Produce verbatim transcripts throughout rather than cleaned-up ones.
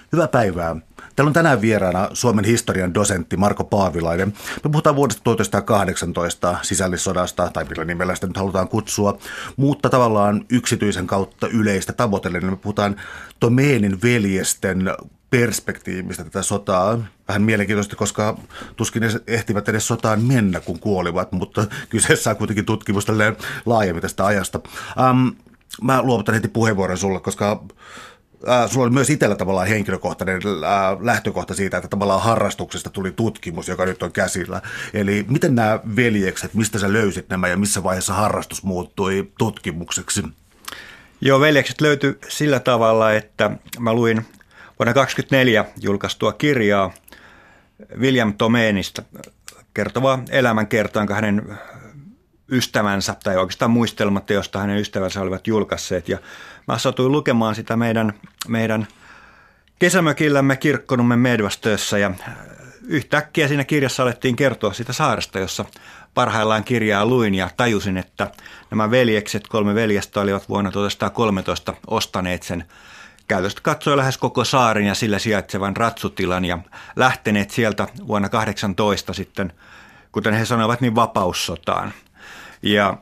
Hyvää päivää. Täällä on tänään vieraana Suomen historian dosentti Marko Paavilainen. Me puhutaan vuodesta tuhatyhdeksänsataakahdeksantoista, sisällissodasta, tai millä nimellä sitä nyt halutaan kutsua, mutta tavallaan yksityisen kautta yleistä tavoitellen. Me puhutaan Tomeenin veljesten perspektiivistä tätä sotaa. Vähän mielenkiintoisesti, koska tuskin ne ehtivät edes sotaan mennä, kun kuolivat, mutta kyseessä on kuitenkin tutkimus laajemmin tästä ajasta. Ähm, mä luovutan heti puheenvuoron sulle, koska Äh, sulla oli myös itsellä tavallaan henkilökohtainen äh, lähtökohta siitä, että tavallaan harrastuksesta tuli tutkimus, joka nyt on käsillä. Eli miten nämä veljekset, mistä sä löysit nämä ja missä vaiheessa harrastus muuttui tutkimukseksi? Joo, veljekset löytyi sillä tavalla, että mä luin vuonna kaksikymmentäneljä julkaistua kirjaa William Tomeenista kertovaa elämänkertaa, jonka hänen ystävänsä tai oikeastaan muistelmat, josta hänen ystävänsä olivat julkaisseet. Ja mä satuin lukemaan sitä meidän, meidän kesämökillämme Kirkkonummen Medvastössä ja yhtäkkiä siinä kirjassa alettiin kertoa sitä saaresta, jossa parhaillaan kirjaa luin ja tajusin, että nämä veljekset, kolme veljestä olivat vuonna tuhatyhdeksänsataakolmetoista ostaneet sen käytöstä katsoi lähes koko saaren ja sillä sijaitsevan ratsutilan ja lähteneet sieltä vuonna kahdeksantoista sitten, kuten he sanoivat, niin vapaussotaan. Ja,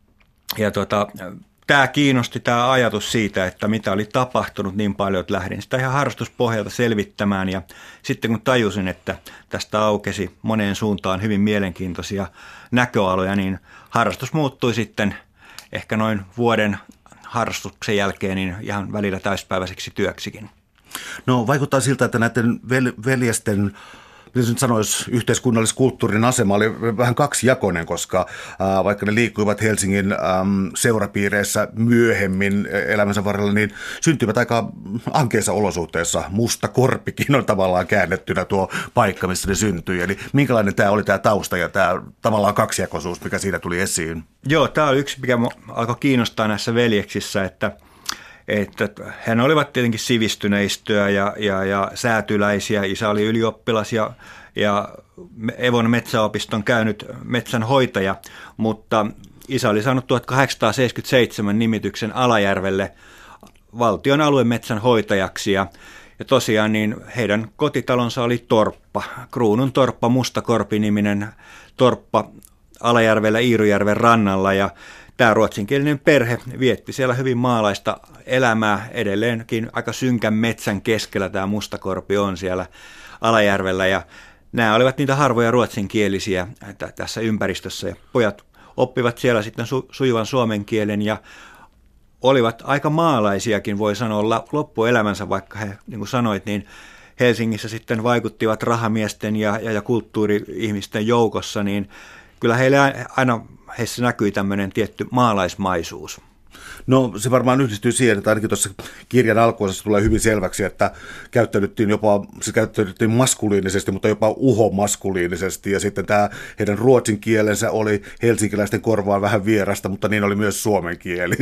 ja tota, tämä kiinnosti tämä ajatus siitä, että mitä oli tapahtunut niin paljon, että lähdin sitä ihan harrastuspohjalta selvittämään. Ja sitten kun tajusin, että tästä aukesi moneen suuntaan hyvin mielenkiintoisia näköaloja, niin harrastus muuttui sitten ehkä noin vuoden harrastuksen jälkeen niin ihan välillä täyspäiväiseksi työksikin. No vaikuttaa siltä, että näiden vel- veljesten miten nyt sanoisi, yhteiskunnallis-kulttuurin asema oli vähän kaksijakoinen, koska ää, vaikka ne liikkuivat Helsingin äm, seurapiireissä myöhemmin elämänsä varrella, niin syntyivät aika ankeissa olosuhteissa. Musta Korpikin on tavallaan käännettynä tuo paikka, missä ne syntyi. Eli minkälainen tämä oli tämä tausta ja tämä tavallaan kaksijakoisuus, mikä siinä tuli esiin? Joo, tämä oli yksi, mikä alkoi kiinnostaa näissä veljeksissä, että Että hän olivat tietenkin sivistyneistöä ja, ja, ja säätyläisiä. Isä oli ylioppilas ja, ja Evon metsäopiston käynyt metsänhoitaja, mutta isä oli saanut tuhatkahdeksansataaseitsemänkymmentäseitsemän nimityksen Alajärvelle valtion alueen metsänhoitajaksi. Ja, ja tosiaan niin heidän kotitalonsa oli torppa, Kruunun torppa, Mustakorpi-niminen torppa Alajärvellä Iirujärven rannalla ja tämä ruotsinkielinen perhe vietti siellä hyvin maalaista elämää edelleenkin aika synkän metsän keskellä. Tämä Mustakorpi on siellä Alajärvellä ja nämä olivat niitä harvoja ruotsinkielisiä tässä ympäristössä. Ja pojat oppivat siellä sitten su- sujuvan suomen kielen ja olivat aika maalaisiakin, voi sanoa, loppuelämänsä, vaikka he, niin kuin sanoit, niin Helsingissä sitten vaikuttivat rahamiesten ja, ja, ja kulttuuri-ihmisten joukossa, niin kyllä heille aina heissä näkyi tämmöinen tietty maalaismaisuus. No se varmaan yhdistyy siihen, että ainakin tuossa kirjan alkuosassa tulee hyvin selväksi, että käyttäydyttiin jopa, se käyttäydyttiin maskuliinisesti, mutta jopa uhomaskuliinisesti. Ja sitten tämä heidän ruotsin kielensä oli helsinkiläisten korvaan vähän vierasta, mutta niin oli myös suomen kieli.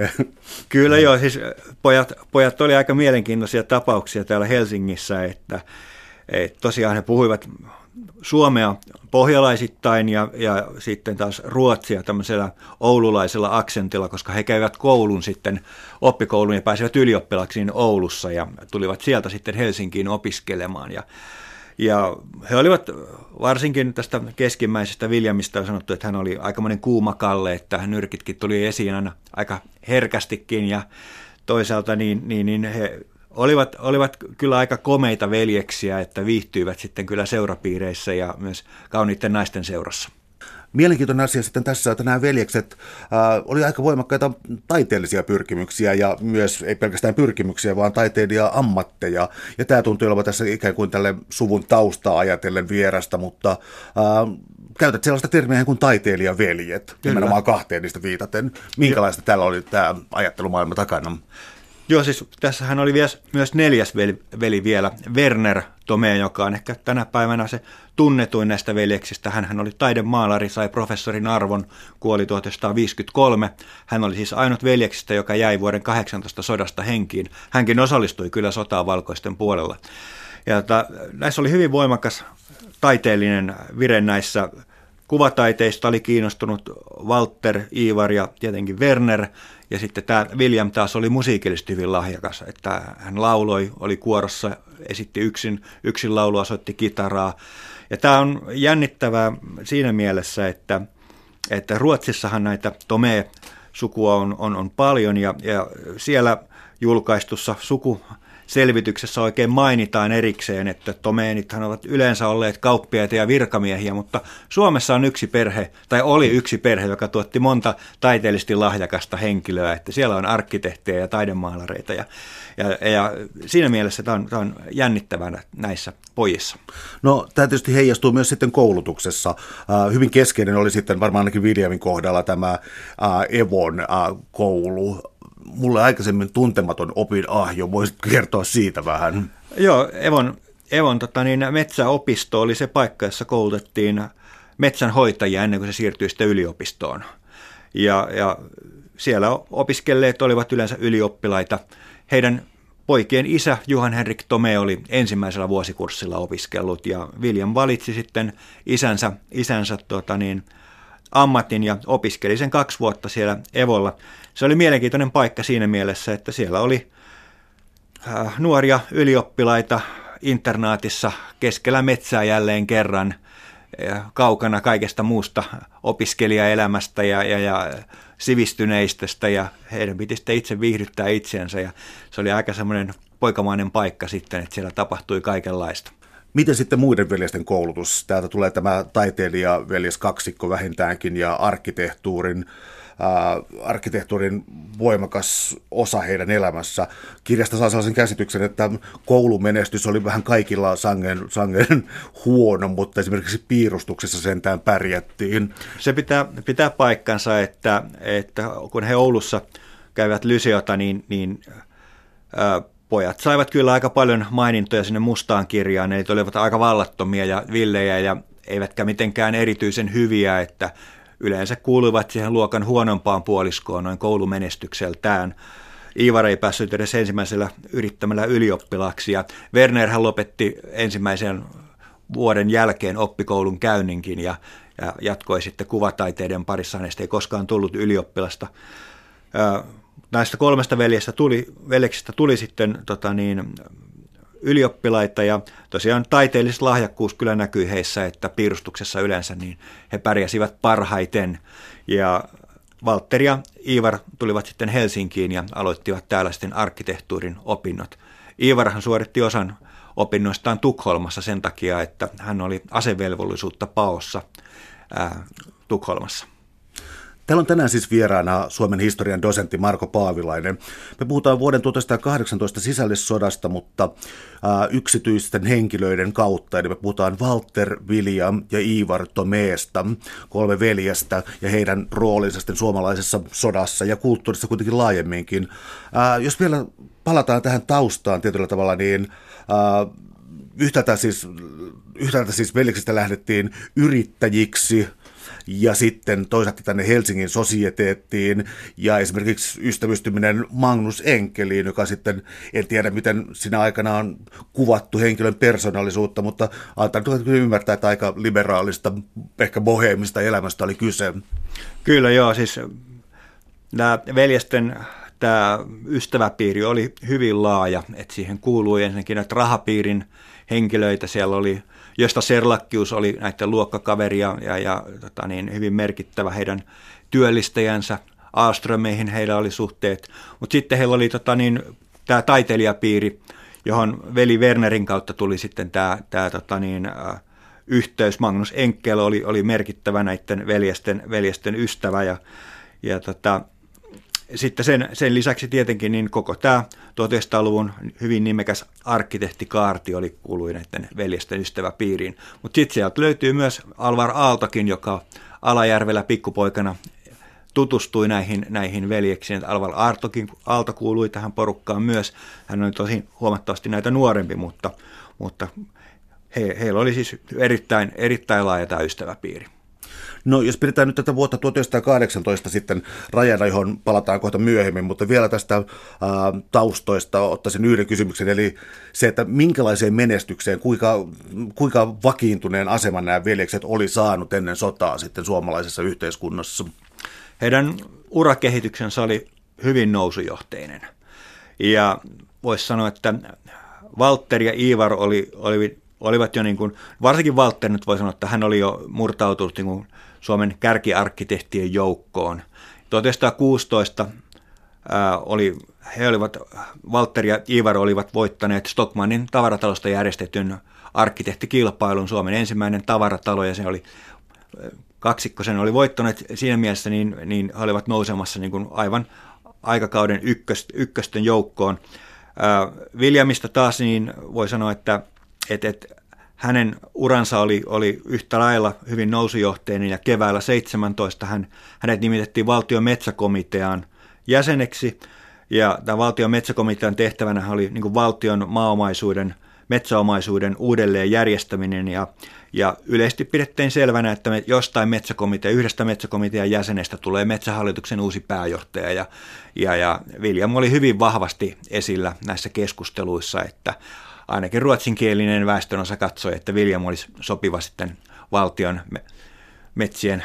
Kyllä joo, siis pojat, pojat oli aika mielenkiintoisia tapauksia täällä Helsingissä, että, että tosiaan he puhuivat suomea pohjalaisittain ja, ja sitten taas ruotsia tämmöisellä oululaisella aksentilla, koska he kävivät koulun sitten, oppikoulun ja pääsivät ylioppilaksiin Oulussa ja tulivat sieltä sitten Helsinkiin opiskelemaan. Ja, ja he olivat varsinkin tästä keskimmäisestä Williamista on sanottu, että hän oli aikamoinen kuuma kalle, että nyrkitkin tuli esiin aina aika herkästikin ja toisaalta niin, niin, niin he Olivat, olivat kyllä aika komeita veljeksiä, että viihtyivät sitten kyllä seurapiireissä ja myös kauniitten naisten seurassa. Mielenkiintoinen asia sitten tässä, että nämä veljekset äh, oli aika voimakkaita taiteellisia pyrkimyksiä ja myös ei pelkästään pyrkimyksiä, vaan taiteilija-ammatteja. Ja tämä tuntui olevan tässä ikään kuin tälle suvun taustaa ajatellen vierasta, mutta äh, käytät sellaista termiä kuin taiteilijaveljet, nimenomaan kahteen niistä viitaten. Minkälaista ja täällä oli tämä ajattelumaailma takana? Joo, siis tässähän oli myös neljäs veli, veli vielä, Werner Tomeen, joka on ehkä tänä päivänä se tunnetuin näistä veljeksistä. Hänhän oli taidemaalari, sai professorin arvon, kuoli tuhatyhdeksänsataaviisikymmentäkolme. Hän oli siis ainut veljeksistä, joka jäi vuoden kahdeksantoista sodasta henkiin. Hänkin osallistui kyllä sotaan valkoisten puolella. Ja ta, näissä oli hyvin voimakas taiteellinen vire näissä kuvataiteista oli kiinnostunut Walter, Ivar ja tietenkin Werner. Ja sitten tämä William taas oli musiikillisesti hyvin lahjakas, että hän lauloi, oli kuorossa, esitti yksin, yksin laulua, soitti kitaraa. Ja tämä on jännittävää siinä mielessä, että, että Ruotsissahan näitä Tomé-sukua on, on, on paljon ja, ja siellä julkaistussa sukuselvityksessä oikein mainitaan erikseen, että Tomeenithan ovat yleensä olleet kauppiaita ja virkamiehiä, mutta Suomessa on yksi perhe, tai oli yksi perhe, joka tuotti monta taiteellisesti lahjakasta henkilöä, että siellä on arkkitehtejä ja taidemaalareita, ja, ja, ja siinä mielessä tämä on, tämä on jännittävää näissä pojissa. No tämä tietysti heijastuu myös sitten koulutuksessa. Uh, hyvin keskeinen oli sitten varmaan ainakin Williamin kohdalla tämä uh, Evon uh, koulu. Mulle aikaisemmin tuntematon opinahjo, voisit kertoa siitä vähän? Joo, Evon, Evon tota niin, metsäopisto oli se paikka, jossa koulutettiin metsänhoitajia ennen kuin se siirtyi sitten yliopistoon. Ja, ja siellä opiskelleet olivat yleensä ylioppilaita. Heidän poikien isä Johan Henrik Tomé oli ensimmäisellä vuosikurssilla opiskellut ja William valitsi sitten isänsä, isänsä tota niin, ammatin ja opiskeli sen kaksi vuotta siellä Evolla. Se oli mielenkiintoinen paikka siinä mielessä, että siellä oli äh, nuoria ylioppilaita internaatissa keskellä metsää jälleen kerran, äh, kaukana kaikesta muusta opiskelijaelämästä ja, ja, ja sivistyneistöstä, ja heidän piti sitten itse viihdyttää itseänsä, ja se oli aika semmoinen poikamainen paikka sitten, että siellä tapahtui kaikenlaista. Miten sitten muiden veljesten koulutus? Täältä tulee tämä taiteilijaveljeskaksikko vähintäänkin ja arkkitehtuurin, äh, arkkitehtuurin voimakas osa heidän elämässä. Kirjasta saa sellaisen käsityksen, että koulumenestys oli vähän kaikilla sangen, sangen huono, mutta esimerkiksi piirustuksessa sentään pärjättiin. Se pitää, pitää paikkansa, että, että kun he Oulussa käyvät lyseota, niin, niin äh, pojat saivat kyllä aika paljon mainintoja sinne mustaan kirjaan, eli olivat aika vallattomia ja villejä ja eivätkä mitenkään erityisen hyviä, että yleensä kuuluivat siihen luokan huonompaan puoliskoon noin koulumenestykseltään. Ivar ei päässyt edes ensimmäisellä yrittämällä ylioppilaaksi ja Wernerhän lopetti ensimmäisen vuoden jälkeen oppikoulun käynninkin ja, ja jatkoi sitten kuvataiteiden parissa, hänestä ei koskaan tullut ylioppilasta. Näistä kolmesta veljestä tuli, veljeksistä tuli sitten tota niin, ylioppilaita ja tosiaan taiteellista lahjakkuus kyllä näkyy heissä, että piirustuksessa yleensä niin he pärjäsivät parhaiten. Ja Walter ja Ivar tulivat sitten Helsinkiin ja aloittivat täällä sitten arkkitehtuurin opinnot. Ivarhan suoritti osan opinnoistaan Tukholmassa sen takia, että hän oli asevelvollisuutta paossa ää, Tukholmassa. Täällä on tänään siis vieraana Suomen historian dosentti Marko Paavilainen. Me puhutaan vuoden tuhatyhdeksänsataakahdeksantoista sisällissodasta, mutta ä, yksityisten henkilöiden kautta. Eli me puhutaan Walter, William ja Ivar Tomésta, kolme veljestä ja heidän roolinsa sitten suomalaisessa sodassa ja kulttuurissa kuitenkin laajemminkin. Ä, jos vielä palataan tähän taustaan tietyllä tavalla, niin ä, yhtäältä siis, yhtäältä siis veljeksistä lähdettiin yrittäjiksi, ja sitten toisaalta tänne Helsingin sosieteettiin ja esimerkiksi ystävystyminen Magnus Enkeliin, joka sitten, en tiedä miten siinä aikana on kuvattu henkilön persoonallisuutta, mutta antaa ymmärtää, että aika liberaalista, ehkä boheemista elämästä oli kyse. Kyllä joo, siis nämä veljesten tämä ystäväpiiri oli hyvin laaja, että siihen kuului ensinnäkin näitä rahapiirin henkilöitä, siellä oli Josta Serlakkius oli näiden luokkakaveria ja, ja tota niin, hyvin merkittävä heidän työllistäjänsä. Ahlströmeihin heillä oli suhteet, mutta sitten heillä oli tota niin, tämä taiteilijapiiri, johon veli Wernerin kautta tuli sitten tämä, tämä tota niin, äh, yhteys. Magnus Enkel oli, oli merkittävä näiden veljesten, veljesten ystävä ja, ja tota, sitten sen, sen lisäksi tietenkin niin koko tämä tuhatyhdeksänsataaluvun hyvin nimekäs arkkitehtikaarti oli kuului näiden veljesten ystäväpiiriin. Mutta sitten sieltä löytyy myös Alvar Aaltokin, joka Alajärvellä pikkupoikana tutustui näihin, näihin veljeksiin. Alvar Aaltokin, Aalto kuului tähän porukkaan myös. Hän oli tosi huomattavasti näitä nuorempi, mutta, mutta he, heillä oli siis erittäin, erittäin laaja tämä ystäväpiiri. No jos pidetään nyt tätä vuotta tuhatyhdeksänsataakahdeksantoista sitten rajana, johon palataan kohta myöhemmin, mutta vielä tästä ää, taustoista ottaisin yhden kysymyksen, eli se, että minkälaiseen menestykseen, kuinka, kuinka vakiintuneen aseman nämä veljekset oli saanut ennen sotaa sitten suomalaisessa yhteiskunnassa? Heidän urakehityksensä oli hyvin nousujohteinen ja voisi sanoa, että Valtteri ja Ivar oli, oli, olivat jo niin kuin, varsinkin Valtteri nyt voi sanoa, että hän oli jo murtautunut niin kuin Suomen kärkiarkkitehtien joukkoon. tuhatyhdeksänsataakuusitoista ää, oli, he olivat, Valtteri ja Ivar olivat voittaneet Stockmannin tavaratalosta järjestetyn arkkitehtikilpailun, Suomen ensimmäinen tavaratalo, ja se oli kaksikko sen oli voittaneet siinä mielessä, niin, niin he olivat nousemassa niin kuin aivan aikakauden ykköst, ykkösten joukkoon. Williamista taas niin voi sanoa, että, että, että hänen uransa oli, oli yhtä lailla hyvin nousujohteinen ja keväällä seitsemäntoista hän, hänet nimitettiin valtion metsäkomitean jäseneksi ja tämän valtion metsäkomitean tehtävänä oli niin kuin valtion maaomaisuuden, metsäomaisuuden uudelleen järjestäminen ja, ja yleisesti pidettiin selvänä, että me jostain metsäkomitea, yhdestä metsäkomitean jäsenestä tulee Metsähallituksen uusi pääjohtaja ja, ja, ja William oli hyvin vahvasti esillä näissä keskusteluissa, että ainakin ruotsinkielinen väestönosa katsoi, että William olisi sopiva sitten valtion metsien,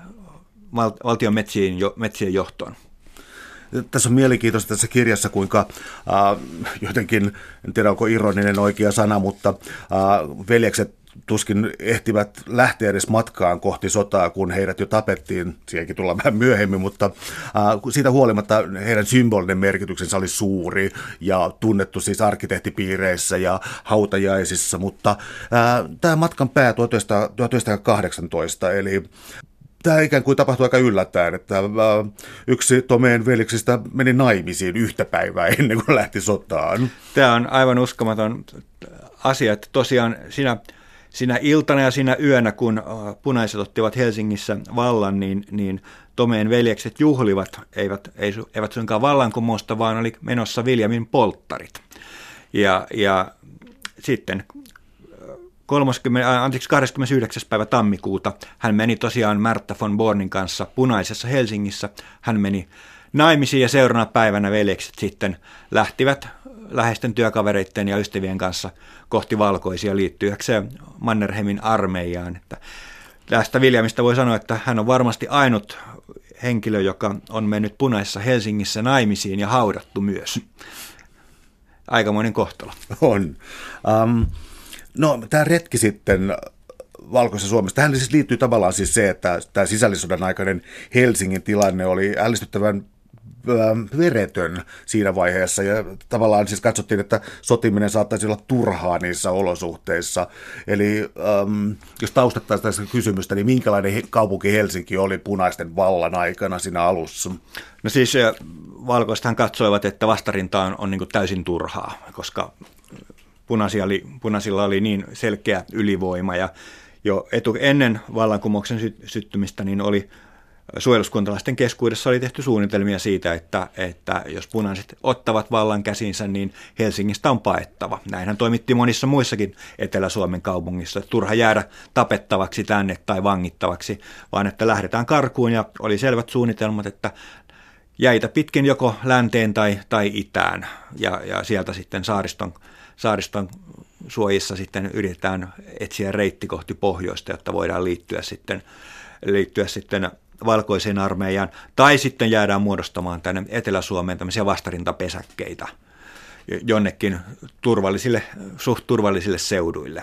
valtion metsien, metsien johtoon. Tässä on mielenkiintoista tässä kirjassa, kuinka äh, jotenkin, en tiedä onko ironinen oikea sana, mutta äh, veljekset tuskin ehtivät lähteä edes matkaan kohti sotaa, kun heidät jo tapettiin, siihenkin tullaan vähän myöhemmin, mutta äh, siitä huolimatta heidän symbolinen merkityksensä oli suuri ja tunnettu siis arkkitehtipiireissä ja hautajaisissa, mutta äh, tämä matkan pää tuhatyhdeksänsataakahdeksantoista, eli tämä ikään kuin tapahtui aika yllättäen, että yksi Tomeen veljeksistä meni naimisiin yhtä päivää ennen kuin lähti sotaan. Tämä on aivan uskomaton asia, että tosiaan siinä, siinä iltana ja siinä yönä, kun punaiset ottivat Helsingissä vallan, niin, niin Tomeen veljekset juhlivat, eivät, eivät suinkaan vallankumousta, vaan oli menossa Williamin polttarit. Ja, ja sitten kolmaskymmenes, anteeksi, kahdeskymmenesyhdeksäs päivä tammikuuta hän meni tosiaan Märttä von Bornin kanssa punaisessa Helsingissä. Hän meni naimisiin ja seuraavana päivänä veljekset sitten lähtivät läheisten työkavereiden ja ystävien kanssa kohti valkoisia liittyäkseen Mannerheimin armeijaan. Että tästä Williamista voi sanoa, että hän on varmasti ainut henkilö, joka on mennyt punaisessa Helsingissä naimisiin ja haudattu myös. Aikamoinen kohtalo. On. Um... No, tämä retki sitten Valkoisessa Suomessa, tähän siis liittyy tavallaan siis se, että tämä sisällissodan aikainen Helsingin tilanne oli ällistyttävän veretön siinä vaiheessa ja tavallaan siis katsottiin, että sotiminen saattaisi olla turhaa niissä olosuhteissa. Eli äm, jos taustattaisiin tässä kysymystä, niin minkälainen kaupunki Helsinki oli punaisten vallan aikana siinä alussa? No siis valkoisethan katsoivat, että vastarinta on, on niin kuin täysin turhaa, koska Punaisilla oli, punaisilla oli niin selkeä ylivoima ja jo etu, ennen vallankumouksen sy, syttymistä niin oli suojeluskuntalaisten keskuudessa oli tehty suunnitelmia siitä, että, että jos punaiset ottavat vallan käsinsä, niin Helsingistä on paettava. Näinhän toimittiin monissa muissakin Etelä-Suomen kaupungissa. Turha jäädä tapettavaksi tänne tai vangittavaksi, vaan että lähdetään karkuun ja oli selvät suunnitelmat, että jäitä pitkin joko länteen tai, tai itään ja, ja sieltä sitten saariston Saariston suojissa sitten yritetään etsiä reitti kohti pohjoista, jotta voidaan liittyä sitten, liittyä sitten valkoiseen armeijaan. Tai sitten jäädään muodostamaan tänne Etelä-Suomeen tämmöisiä vastarintapesäkkeitä jonnekin turvallisille, suht turvallisille seuduille.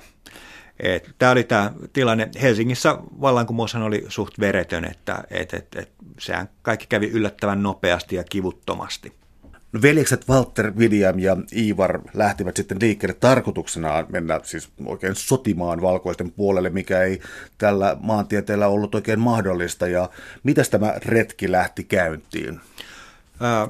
Tämä oli tämä tilanne. Helsingissä vallankumoushan oli suht veretön, että et, et, et, sehän kaikki kävi yllättävän nopeasti ja kivuttomasti. No, veljekset Walter, William ja Ivar lähtivät sitten liikkeelle tarkoituksenaan mennä siis oikein sotimaan valkoisten puolelle, mikä ei tällä maantieteellä ollut oikein mahdollista. Ja mitäs tämä retki lähti käyntiin? Ää,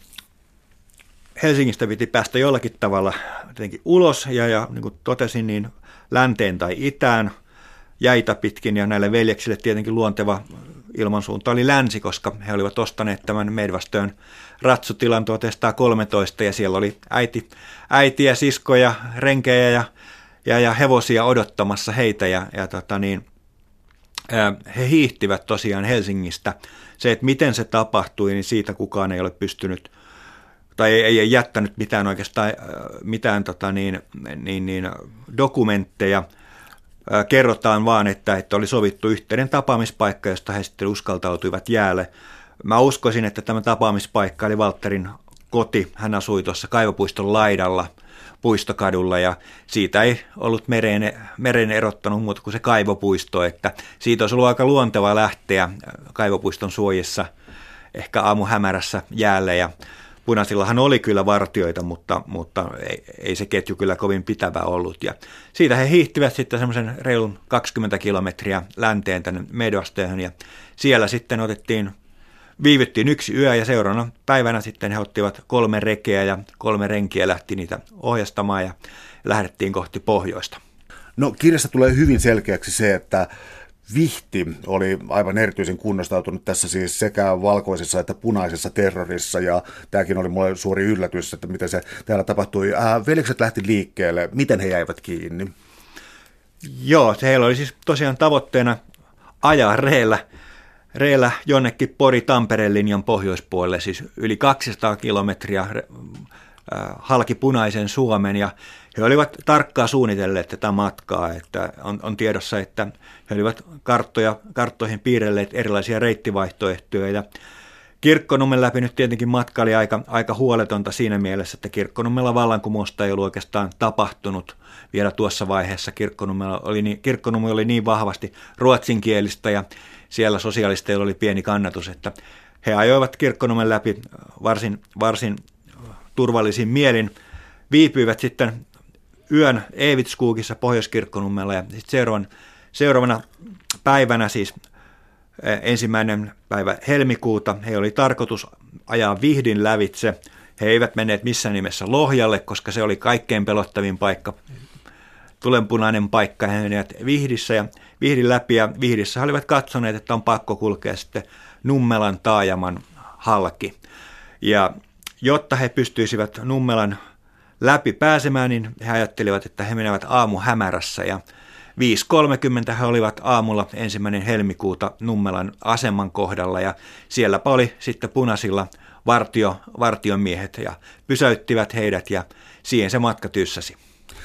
Helsingistä piti päästä jollakin tavalla jotenkin ulos ja, ja niin kuin totesin, niin länteen tai itään jäitä pitkin ja näille veljeksille tietenkin luonteva ilmansuunta oli länsi, koska he olivat ostaneet tämän Meidvastöön ratsutilan tuhatyhdeksänsataakolmetoista ja siellä oli äiti, äiti ja siskoja, renkejä ja, ja, ja hevosia odottamassa heitä ja, ja tota niin, He hiihtivät tosiaan Helsingistä. Se, että miten se tapahtui, niin siitä kukaan ei ole pystynyt tai ei, ei jättänyt mitään oikeastaan mitään tota niin, niin, niin, dokumentteja. Kerrotaan vaan, että, että oli sovittu yhteinen tapaamispaikka, josta he sitten uskaltautuivat jäälle. Mä uskoisin, että tämä tapaamispaikka oli Valtterin koti. Hän asui tuossa Kaivopuiston laidalla Puistokadulla ja siitä ei ollut mereen, mereen erottanut muuta kuin se Kaivopuisto, että siitä olisi ollut aika luonteva lähteä Kaivopuiston suojissa ehkä aamuhämärässä jäälle ja Punaisillahan oli kyllä vartioita, mutta, mutta ei, ei se ketju kyllä kovin pitävä ollut. Ja siitä he hiihtivät sitten semmoisen reilun kaksikymmentä kilometriä länteen tänne Meidostöön ja siellä sitten otettiin, viivyttiin yksi yö ja seuraavana päivänä sitten he ottivat kolme rekeä ja kolme renkiä lähti niitä ohjastamaan ja lähdettiin kohti pohjoista. No kirjassa tulee hyvin selkeäksi se, että Vihti oli aivan erityisen kunnostautunut tässä siis sekä valkoisessa että punaisessa terrorissa ja tämäkin oli mulle suuri yllätys, että miten se täällä tapahtui. Äh, veljekset lähti liikkeelle, miten he jäivät kiinni? Joo, heillä oli siis tosiaan tavoitteena ajaa reellä, reellä jonnekin Pori-Tampereen linjan pohjoispuolelle, siis yli kaksisataa kilometriä äh, halki punaisen Suomen ja he olivat tarkkaan suunnitelleet tätä matkaa, että on, on tiedossa, että he olivat karttoja, karttoihin piirrelleet erilaisia reittivaihtoehtoja ja Kirkkonummen läpi nyt tietenkin matka oli aika, aika huoletonta siinä mielessä, että Kirkkonummella vallankumousta ei ollut oikeastaan tapahtunut vielä tuossa vaiheessa. Kirkkonummella oli niin, Kirkkonummi oli niin vahvasti ruotsinkielistä ja siellä sosialisteilla oli pieni kannatus, että he ajoivat Kirkkonummen läpi varsin, varsin turvallisin mielin, viipyivät sitten yön Eevitskugissa Pohjois-Kirkkonummella ja sitten seuraavan, seuraavana päivänä siis ensimmäinen päivä helmikuuta he oli tarkoitus ajaa Vihdin lävitse. He eivät menneet missään nimessä Lohjalle, koska se oli kaikkein pelottavin paikka, tulenpunainen paikka. He menivät Vihdissä ja Vihdin läpi ja Vihdissä he olivat katsoneet, että on pakko kulkea sitten Nummelan taajaman halki. Ja jotta he pystyisivät Nummelan läpi pääsemään, niin he ajattelivat, että he menevät aamuhämärässä ja viisi kolmekymmentä he olivat aamulla ensimmäinen helmikuuta Nummelan aseman kohdalla ja sielläpä oli sitten punaisilla vartio, vartiomiehet ja pysäyttivät heidät ja siihen se matka tyssäsi.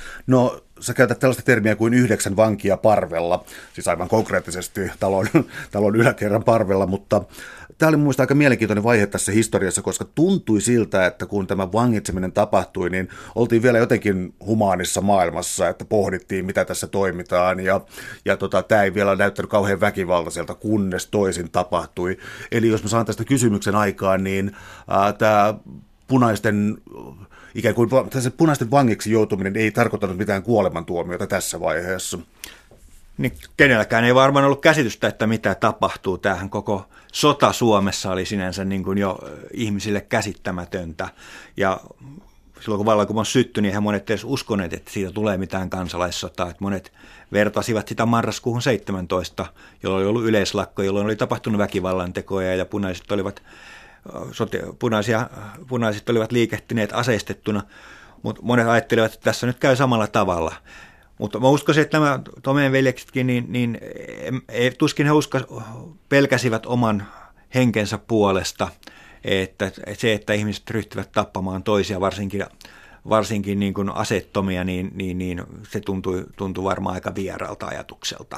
No sä käytät tällaista termiä kuin yhdeksän vankia parvella, siis aivan konkreettisesti talon, talon yläkerran parvella, mutta tämä oli minusta aika mielenkiintoinen vaihe tässä historiassa, koska tuntui siltä, että kun tämä vangitseminen tapahtui, niin oltiin vielä jotenkin humaanissa maailmassa, että pohdittiin, mitä tässä toimitaan, ja, ja tota, tämä ei vielä näyttänyt kauhean väkivaltaiselta, kunnes toisin tapahtui. Eli jos mä saan tästä kysymyksen aikaan, niin ää, tämä punaisten ikään kuin tässä punaisten vangiksi joutuminen ei tarkoittanut mitään kuolemantuomiota tässä vaiheessa. Niin kenelläkään ei varmaan ollut käsitystä, että mitä tapahtuu. Tämähän koko sota Suomessa oli sinänsä niin kuin jo ihmisille käsittämätöntä. Ja silloin kun vallankumous syttyi, niin eihän monet edes uskoneet, että siitä tulee mitään kansalaissotaa. Että monet vertasivat sitä marraskuuhun seitsemäntoista, jolloin oli ollut yleislakko, jolloin oli tapahtunut väkivallantekoja ja punaiset olivat Punaisia, punaiset olivat liikehtineet aseistettuna, mutta monet ajattelivat, että tässä nyt käy samalla tavalla. Mutta mä uskoisin, että nämä Tomeen veljeksetkin, niin, niin ei, tuskin he usko, pelkäsivät oman henkensä puolesta, että, että se, että ihmiset ryhtyvät tappamaan toisia, varsinkin, varsinkin niin kuin aseettomia, niin, niin, niin se tuntui, tuntui varmaan aika vieraalta ajatukselta.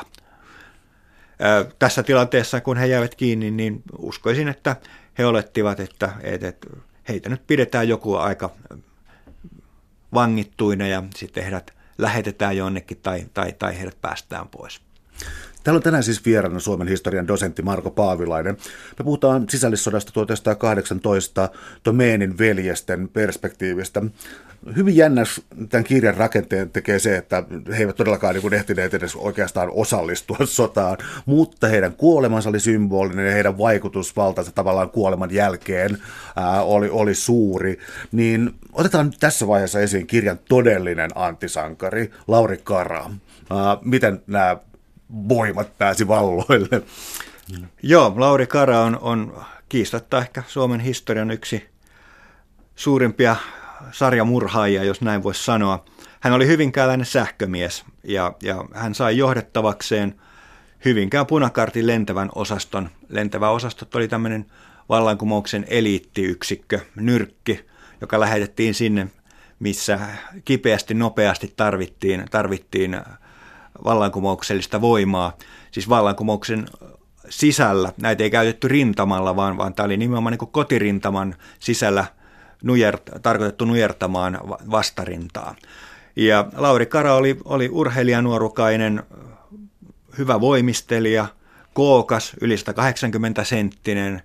Tässä tilanteessa, kun he jäivät kiinni, niin uskoisin, että he olettivat, että, että heitä nyt pidetään joku aika vangittuina ja sitten heidät lähetetään jonnekin tai, tai, tai heidät päästään pois. Täällä on tänään siis vieraana Suomen historian dosentti Marko Paavilainen. Me puhutaan sisällissodasta tuhatyhdeksänsataakahdeksantoista Tomeenin veljesten perspektiivistä. Hyvin jännä tämän kirjan rakenteen tekee se, että he eivät todellakaan niin ehtineet edes oikeastaan osallistua sotaan, mutta heidän kuolemansa oli symbolinen ja heidän vaikutusvaltansa tavallaan kuoleman jälkeen ää, oli, oli suuri. Niin otetaan nyt tässä vaiheessa esiin kirjan todellinen antisankari, Lauri Kara. Ää, miten nämä voimat pääsi valloille? Joo, Lauri Kara on, on kiistatta ehkä Suomen historian yksi suurimpia sarjamurhaajia, jos näin voisi sanoa. Hän oli hyvinkääläinen sähkömies ja, ja hän sai johdettavakseen Hyvinkään Punakartin lentävän osaston. Lentävä osastot oli tämmöinen vallankumouksen eliittiyksikkö, nyrkki, joka lähetettiin sinne, missä kipeästi, nopeasti tarvittiin, tarvittiin vallankumouksellista voimaa. Siis vallankumouksen sisällä, näitä ei käytetty rintamalla, vaan, vaan tämä oli nimenomaan niin kuin kotirintaman sisällä nujert, tarkoitettu nujertamaan vastarintaa. Ja Lauri Kara oli, oli urheilijanuorukainen, hyvä voimistelija, kookas, yli sata kahdeksankymmentä senttinen.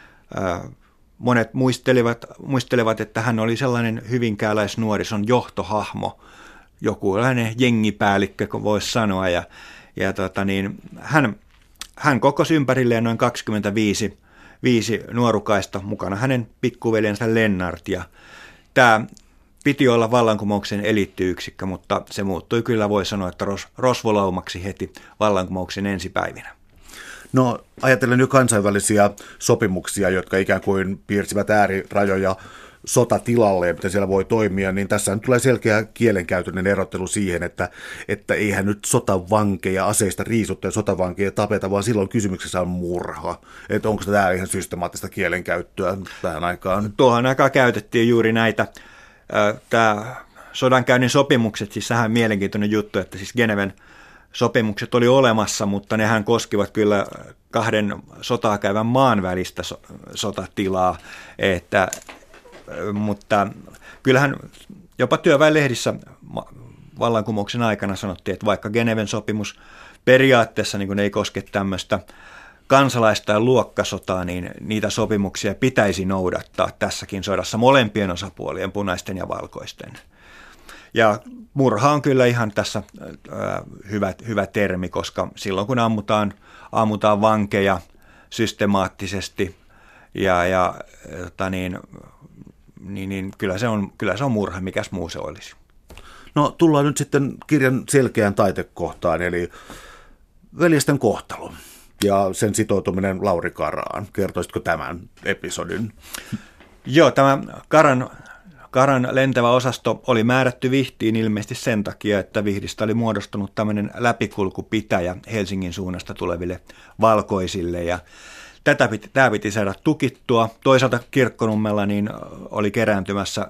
Monet muistelevat, muistelevat, että hän oli sellainen hyvinkääläisnuorison johtohahmo, joku jengipäällikkö, kun voisi sanoa. Ja, ja tota niin, hän, hän kokosi ympärilleen noin kaksikymmentäviisi viisi nuorukaista, mukana hänen pikkuveljensä Lennart. Ja tämä piti olla vallankumouksen eliittiyksikkö, mutta se muuttui kyllä, voi sanoa, että ros, rosvolaumaksi heti vallankumouksen ensipäivinä. No ajatellen nyt kansainvälisiä sopimuksia, jotka ikään kuin piirsivät äärirajoja sotatilalle ja mitä siellä voi toimia, niin tässä nyt tulee selkeä kielenkäytöllinen erottelu siihen, että, että eihän nyt sotavankeja, aseista riisuttuja sotavankeja tapeta, vaan silloin kysymyksessä on murha. Että onko tämä ihan systemaattista kielenkäyttöä tähän aikaan? Tuohon aikaan käytettiin juuri näitä. Tämä sodankäynnin sopimukset, siis sehän on mielenkiintoinen juttu, että siis Geneven sopimukset oli olemassa, mutta nehän koskivat kyllä kahden sotaa käyvän maan välistä so- sotatilaa, että, mutta kyllähän jopa työväenlehdissä vallankumouksen aikana sanottiin, että vaikka Geneven sopimus periaatteessa niin kun ei koske tämmöistä kansalaista ja luokkasotaa, niin niitä sopimuksia pitäisi noudattaa tässäkin sodassa molempien osapuolien, punaisten ja valkoisten. Ja murha on kyllä ihan tässä äh, hyvä, hyvä termi, koska silloin kun ammutaan, ammutaan vankeja systemaattisesti, ja, ja äh, niin, niin, niin kyllä, se on, kyllä se on murha, mikäs muu se olisi. No tullaan nyt sitten kirjan selkeään taitekohtaan, eli veljesten kohtalo ja sen sitoutuminen Lauri Karaan. Kertoisitko tämän episodin? Joo, tämä Karan... Karan lentävä osasto oli määrätty Vihtiin ilmeisesti sen takia, että Vihdistä oli muodostunut tämmöinen läpikulkupitäjä Helsingin suunnasta tuleville valkoisille. Ja tätä piti, tämä piti saada tukittua. Toisaalta Kirkkonummella niin oli kerääntymässä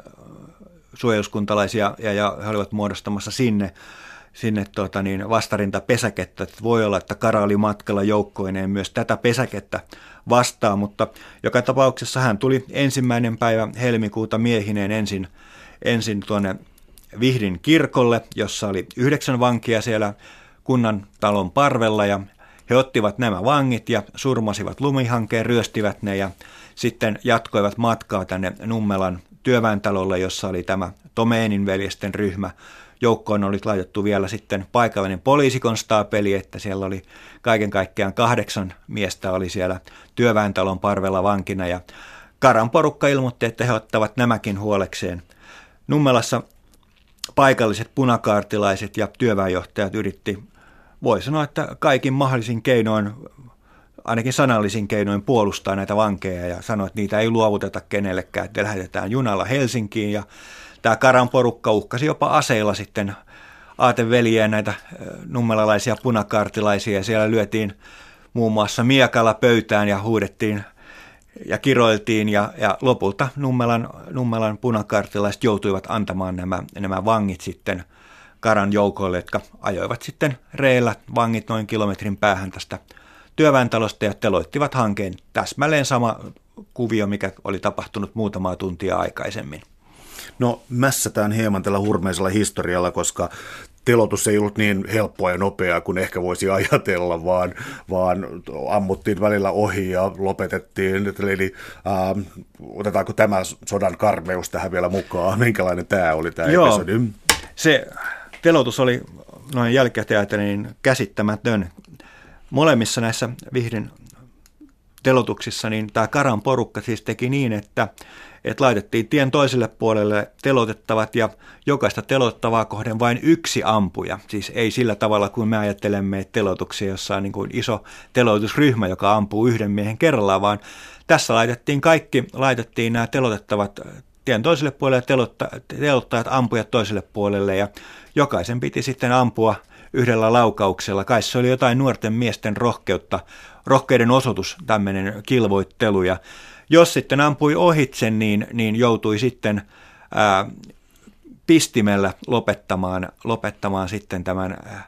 suojeluskuntalaisia ja, ja he olivat muodostamassa sinne, sinne tuota niin, vastarintapesäkettä. Että voi olla, että Kara oli matkalla joukkoineen myös tätä pesäkettä vastaan, mutta joka tapauksessa hän tuli ensimmäinen päivä helmikuuta miehineen ensin, ensin tuonne Vihdin kirkolle, jossa oli yhdeksän vankia siellä kunnan talon parvella, ja he ottivat nämä vangit ja surmasivat lumihankeen, ryöstivät ne ja sitten jatkoivat matkaa tänne Nummelan työväentalolle, jossa oli tämä Tomeenin veljesten ryhmä. Joukkoon oli laitettu vielä sitten paikallinen poliisikonstaapeli, että siellä oli kaiken kaikkiaan kahdeksan miestä oli siellä työväentalon parvella vankina, ja Karan porukka ilmoitti, että he ottavat nämäkin huolekseen. Nummelassa paikalliset punakaartilaiset ja työväenjohtajat yritti, voi sanoa, että kaikin mahdollisin keinoin, ainakin sanallisin keinoin puolustaa näitä vankeja ja sanoi, että niitä ei luovuteta kenellekään, että lähetetään junalla Helsinkiin, ja tämä Karan porukka uhkasi jopa aseilla sitten aateveljiä näitä nummelalaisia punakaartilaisia, ja siellä lyötiin muun muassa miekalla pöytään ja huudettiin ja kiroiltiin, ja, ja lopulta Nummelan, Nummelan punakaartilaiset joutuivat antamaan nämä, nämä vangit sitten Karan joukoille, jotka ajoivat sitten reellä vangit noin kilometrin päähän tästä työväentalosta ja teloittivat hankkeen. Täsmälleen sama kuvio, mikä oli tapahtunut muutamaa tuntia aikaisemmin. No mässätään hieman tällä hurmeisella historialla, koska telotus ei ollut niin helppoa ja nopeaa kuin ehkä voisi ajatella, vaan, vaan ammuttiin välillä ohi ja lopetettiin. Eli äh, otetaanko tämä sodan karmeus tähän vielä mukaan? Minkälainen tämä oli tämä Joo, episodi? Se telotus oli noin jälkikäteen niin käsittämätön. Molemmissa näissä Vihdin telotuksissa niin tämä Karan porukka siis teki niin, että, että laitettiin tien toiselle puolelle telotettavat ja jokaista telottavaa kohden vain yksi ampuja. Siis ei sillä tavalla kuin me ajattelemme, että telotuksia, jossa on niin kuin iso teloitusryhmä, joka ampuu yhden miehen kerrallaan, vaan tässä laitettiin kaikki, laitettiin nämä telotettavat tien toiselle puolelle ja telottajat ampujat toiselle puolelle, ja jokaisen piti sitten ampua yhdellä laukauksella. Kai se oli jotain nuorten miesten rohkeutta, rohkeiden osoitus, tämmöinen kilvoittelu. Ja jos sitten ampui ohitse, niin, niin joutui sitten ää, pistimellä lopettamaan, lopettamaan sitten tämän ää,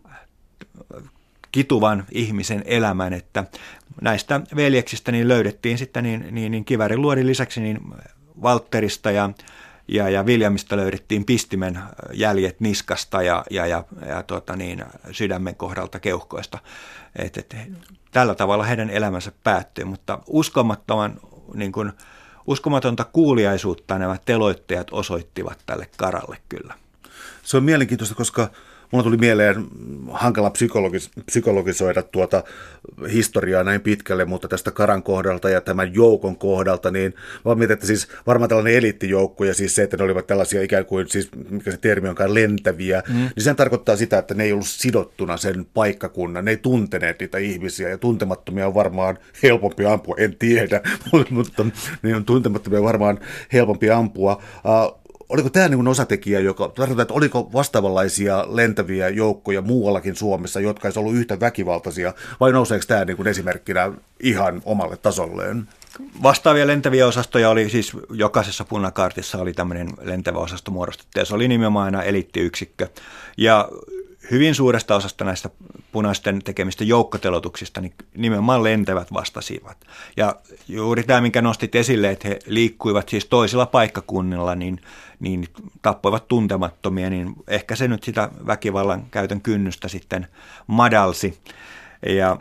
kituvan ihmisen elämän, että näistä veljeksistä niin löydettiin sitten niin, niin, niin Kiväärin luodin lisäksi niin Walterista ja, ja, ja Williamista löydettiin pistimen jäljet niskasta ja, ja, ja, ja tuota niin, sydämen kohdalta keuhkoista. Et, et, tällä tavalla heidän elämänsä päättyi, mutta uskomattoman, niin kuin, uskomatonta kuuliaisuutta nämä teloittajat osoittivat tälle Karalle kyllä. Se on mielenkiintoista, koska mulla tuli mieleen hankala psykologis- psykologisoida tuota historiaa näin pitkälle, mutta tästä Karan kohdalta ja tämän joukon kohdalta, niin vaan mietin, että siis varmaan tällainen eliittijoukko ja siis se, että ne olivat tällaisia ikään kuin, siis mikä se termi onkaan, lentäviä, mm. niin sen tarkoittaa sitä, että ne ei ollut sidottuna sen paikkakunnan, ne ei tunteneet niitä ihmisiä ja tuntemattomia on varmaan helpompi ampua, en tiedä, mutta niin on tuntemattomia varmaan helpompi ampua. Uh, Oliko tämä niin kuin osatekijä, joka tarkoittaa, että oliko vastaavanlaisia lentäviä joukkoja muuallakin Suomessa, jotka ei ollut yhtä väkivaltaisia, vai nouseeko tämä niin kuin esimerkkinä ihan omalle tasolleen? Vastaavia lentäviä osastoja oli siis jokaisessa punakaartissa oli tämmöinen lentävä osasto muodostettu, ja se oli nimenomaan aina eliittiyksikkö. Ja hyvin suuresta osasta näistä punaisten tekemistä joukkotelotuksista niin nimenomaan lentävät vastasivat. Ja juuri tämä, minkä nostit esille, että he liikkuivat siis toisilla paikkakunnilla, niin, niin tappoivat tuntemattomia, niin ehkä se nyt sitä väkivallan käytön kynnystä sitten madalsi. Ja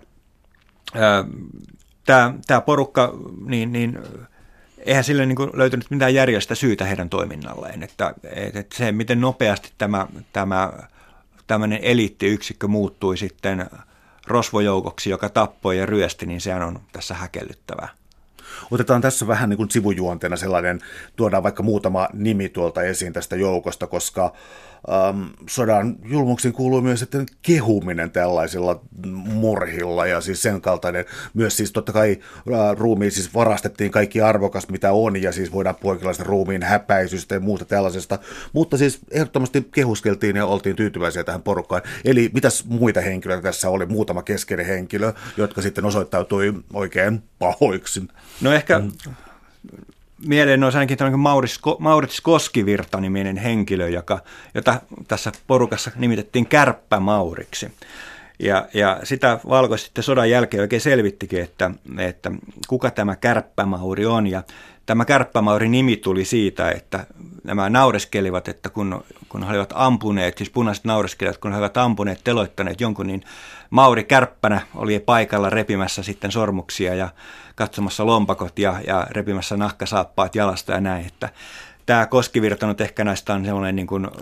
ää, tämä, tämä porukka, niin, niin eihän sille niin kuin löytynyt mitään järjestä syytä heidän toiminnalleen. Että, että se, miten nopeasti tämä, tämä tämmöinen eliittiyksikkö muuttui sitten rosvojoukoksi, joka tappoi ja ryösti, niin sehän on tässä häkellyttävää. Otetaan tässä vähän niin kuin sivujuonteena sellainen, tuodaan vaikka muutama nimi tuolta esiin tästä joukosta, koska ähm, sodan julmuksiin kuuluu myös sitten kehuminen tällaisilla murhilla ja siis sen kaltainen. Myös siis totta kai äh, ruumiin siis varastettiin kaikki arvokas mitä on ja siis voidaan puhua ruumiin häpäisystä ja muuta tällaisesta, mutta siis ehdottomasti kehuskeltiin ja oltiin tyytyväisiä tähän porukkaan. Eli mitäs muita henkilöitä tässä oli, muutama keskeinen henkilö, jotka sitten osoittautui oikein pahoiksi? No ehkä mm. mieleen olisi ainakin tämmöinen Maurits, Maurits Koskivirta-niminen henkilö, joka, jota tässä porukassa nimitettiin Kärppämauriksi. Ja, ja sitä Valko sitten sodan jälkeen oikein selvittikin, että, että kuka tämä Kärppämauri on. Ja tämä Kärppämauri-nimi tuli siitä, että nämä naureskelivat, että kun, kun he olivat ampuneet, siis punaiset naureskelivat, kun he olivat ampuneet, teloittaneet jonkun, niin Mauri Kärppänä oli paikalla repimässä sitten sormuksia ja katsomassa lompakot ja, ja repimässä nahkasaappaat jalasta ja näin. Että tämä Koskivirta nyt ehkä näistä on sellainen niin kuin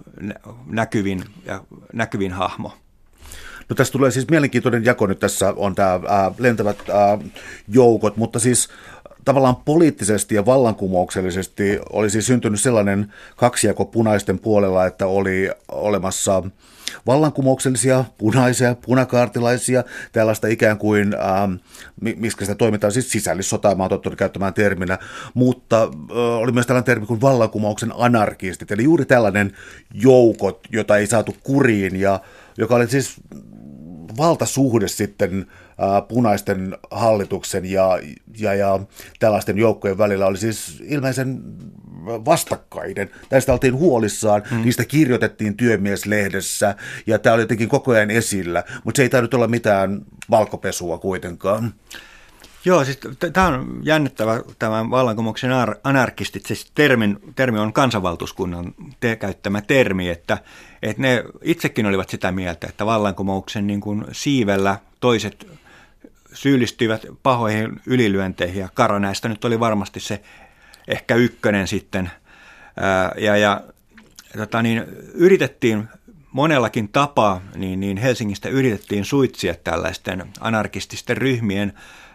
näkyvin, ja näkyvin hahmo. No tässä tulee siis mielenkiintoinen jako nyt, tässä on tämä ää, lentävät ää, joukot, mutta siis tavallaan poliittisesti ja vallankumouksellisesti oli siis syntynyt sellainen kaksijako punaisten puolella, että oli olemassa vallankumouksellisia, punaisia, punakaartilaisia, tällaista ikään kuin, ähm, miskä sitä toimitaan, siis sisällissotaa, mä oon tottunut käyttämään terminä, mutta äh, oli myös tällainen termi kuin vallankumouksen anarkistit, eli juuri tällainen joukot, jota ei saatu kuriin, ja joka oli siis valtasuhde sitten äh, punaisten hallituksen ja, ja, ja tällaisten joukkojen välillä oli siis ilmeisen vastakkaiden. Tästä oltiin huolissaan, mm. niistä kirjoitettiin työmieslehdessä ja tämä oli jotenkin koko ajan esillä, mutta se ei tainnut olla mitään valkopesua kuitenkaan. Joo, siis tämä on jännittävä tämä vallankumouksen anarkistit, siis termin, termi on kansanvaltuuskunnan te- käyttämä termi, että, että ne itsekin olivat sitä mieltä, että vallankumouksen niin kuin siivellä toiset syyllistyivät pahoihin ylilyönteihin ja Kara näistä nyt oli varmasti se ehkä ykkönen sitten ää, ja, ja tota niin, yritettiin monellakin tapaa, niin, niin Helsingistä yritettiin suitsia tällaisten anarkististen ryhmien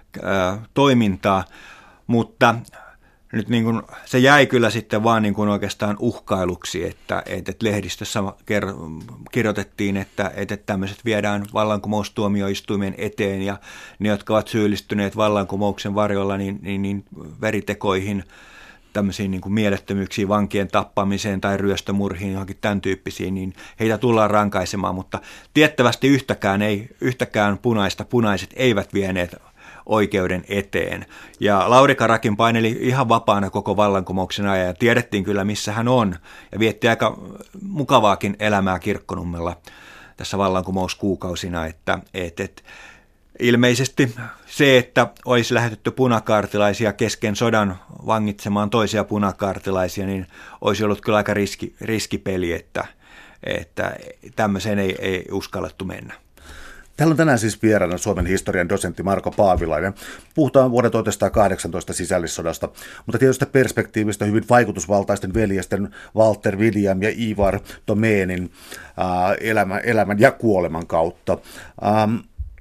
toimintaa, mutta nyt niin kuin se jäi kyllä sitten vaan niin kuin oikeastaan uhkailuksi, että, että lehdistössä kirjoitettiin, että, että tämmöiset viedään vallankumoustuomioistuimen eteen ja ne, jotka ovat syyllistyneet vallankumouksen varjolla niin, niin, niin veritekoihin tämmöisiin niin kuin mielettömyyksiin, vankien tappamiseen tai ryöstömurhiin, johonkin tämän tyyppisiin, niin heitä tullaan rankaisemaan, mutta tiettävästi yhtäkään, ei, yhtäkään punaista punaiset eivät vieneet oikeuden eteen. Ja Lauri Karakin paineli ihan vapaana koko vallankumouksen ajan ja tiedettiin kyllä, missä hän on. Ja vietti aika mukavaakin elämää Kirkkonummella tässä vallankumouskuukausina, että et, et, ilmeisesti se, että olisi lähetetty punakaartilaisia kesken sodan vangitsemaan toisia punakaartilaisia, niin olisi ollut kyllä aika riski, riskipeli, että, että tämmöiseen ei, ei uskallettu mennä. Täällä on tänään siis vieraana Suomen historian dosentti Marko Paavilainen. Puhutaan vuoden tuhatyhdeksänsataakahdeksantoista sisällissodasta, mutta tietysti perspektiivistä hyvin vaikutusvaltaisten veljesten Walter, William ja Ivar Toménin äh, elämän, elämän ja kuoleman kautta. Ähm,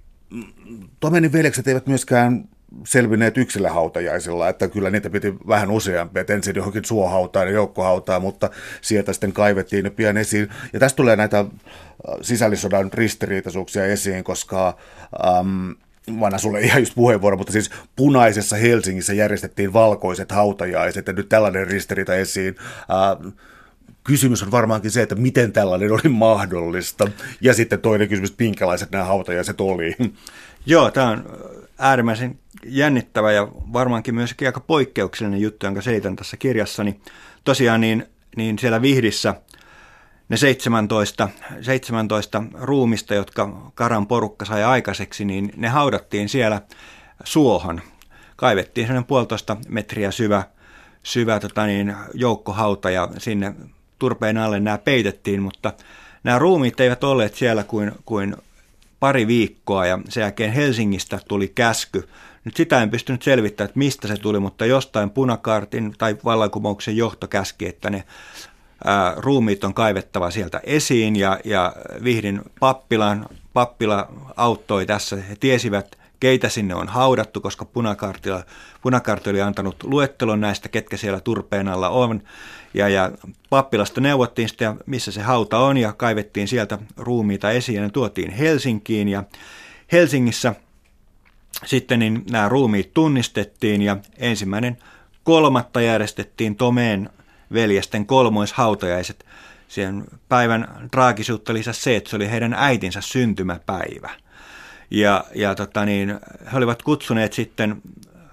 Toménin veljekset eivät myöskään selvinneet yksilöhautajaisilla, että kyllä niitä piti vähän useampia, että ensin johonkin suohautaan ja joukkohautaan, mutta sieltä sitten kaivettiin ne pian esiin. Ja tästä tulee näitä sisällissodan ristiriitaisuuksia esiin, koska äm, mä annan sulle ihan just puheenvuoro, mutta siis punaisessa Helsingissä järjestettiin valkoiset hautajaiset, ja nyt tällainen ristiriita esiin. Äh, Kysymys on varmaankin se, että miten tällainen oli mahdollista, ja sitten toinen kysymys, minkälaiset nämä hautajaiset oli. Joo, tämä on äärimmäisen jännittävä ja varmaankin myös aika poikkeuksellinen juttu, jonka selitän tässä kirjassani. Tosiaan niin, niin siellä Vihdissä ne seitsemäntoista, seitsemäntoista ruumista, jotka Karan porukka sai aikaiseksi, niin ne haudattiin siellä suohon. Kaivettiin sellainen puolitoista metriä syvä, syvä tota niin, joukkohauta ja sinne turpeen alle nämä peitettiin, mutta nämä ruumiit eivät olleet siellä kuin, kuin pari viikkoa ja sen jälkeen Helsingistä tuli käsky. Nyt sitä en pystynyt selvittämään, että mistä se tuli, mutta jostain punakaartin tai vallankumouksen johto käski, että ne ää, ruumiit on kaivettava sieltä esiin ja, ja Vihdin pappilan, pappila auttoi tässä. He tiesivät, keitä sinne on haudattu, koska punakaarti oli antanut luettelon näistä, ketkä siellä turpeen alla on. Ja, ja pappilasta neuvottiin sitten, missä se hauta on, ja kaivettiin sieltä ruumiita esiin, ja ne tuotiin Helsinkiin. Ja Helsingissä sitten niin nämä ruumiit tunnistettiin, ja ensimmäinen kolmatta järjestettiin Tomeen veljesten kolmoishautajaiset. Sen päivän traagisuutta lisäsi se, että se oli heidän äitinsä syntymäpäivä. Ja, ja tota niin, he olivat kutsuneet sitten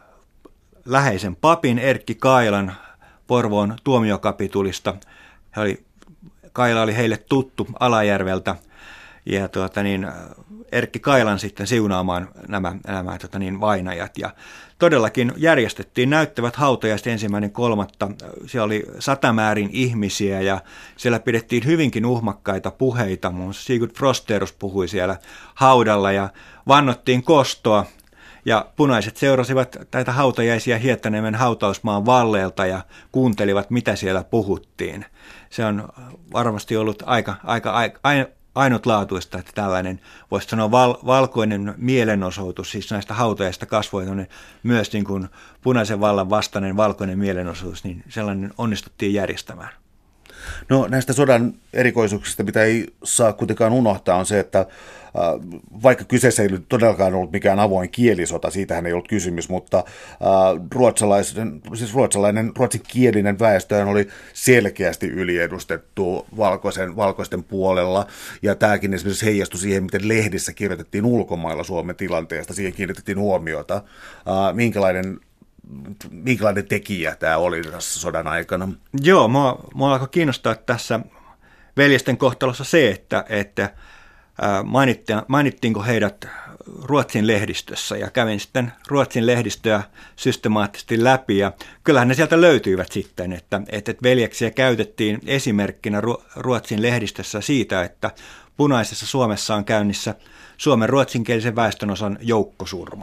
läheisen papin Erkki Kailan Porvoon tuomiokapitulista. He oli, Kaila oli heille tuttu Alajärveltä ja tuota niin, Erkki Kailan sitten siunaamaan nämä, nämä tuota niin, vainajat. Ja todellakin järjestettiin näyttävät hautajaiset ensimmäinen kolmatta. Siellä oli satamäärin ihmisiä ja siellä pidettiin hyvinkin uhmakkaita puheita. Muun muassa Sigurd Frosterus puhui siellä haudalla ja vannottiin kostoa. Ja punaiset seurasivat näitä hautajaisia Hietaniemen hautausmaan valleelta ja kuuntelivat, mitä siellä puhuttiin. Se on varmasti ollut aika, aika, aika ainutlaatuista, että tällainen, voisi sanoa, val, valkoinen mielenosoitus, siis näistä hautajaisista kasvoi myös niin kuin punaisen vallan vastainen valkoinen mielenosoitus, niin sellainen onnistuttiin järjestämään. No näistä sodan erikoisuuksista, mitä ei saa kuitenkaan unohtaa, on se, että vaikka kyseessä ei todellakaan ollut mikään avoin kielisota, siitähän ei ollut kysymys, mutta ruotsalainen, siis ruotsalainen, ruotsinkielinen väestö oli selkeästi yliedustettu valkoisen, valkoisten puolella, ja tämäkin esimerkiksi heijastui siihen, miten lehdissä kirjoitettiin ulkomailla Suomen tilanteesta, siihen kiinnitettiin huomiota. Minkälainen Minkälainen tekijä tämä oli tässä sodan aikana? Joo, mua, mua alkoi kiinnostaa tässä veljesten kohtalossa se, että, että mainittiin, mainittiinko heidät Ruotsin lehdistössä, ja kävin sitten Ruotsin lehdistöä systemaattisesti läpi, ja kyllähän ne sieltä löytyivät sitten, että, että veljeksiä käytettiin esimerkkinä Ruotsin lehdistössä siitä, että punaisessa Suomessa on käynnissä Suomen ruotsinkielisen väestönosan joukkosurma.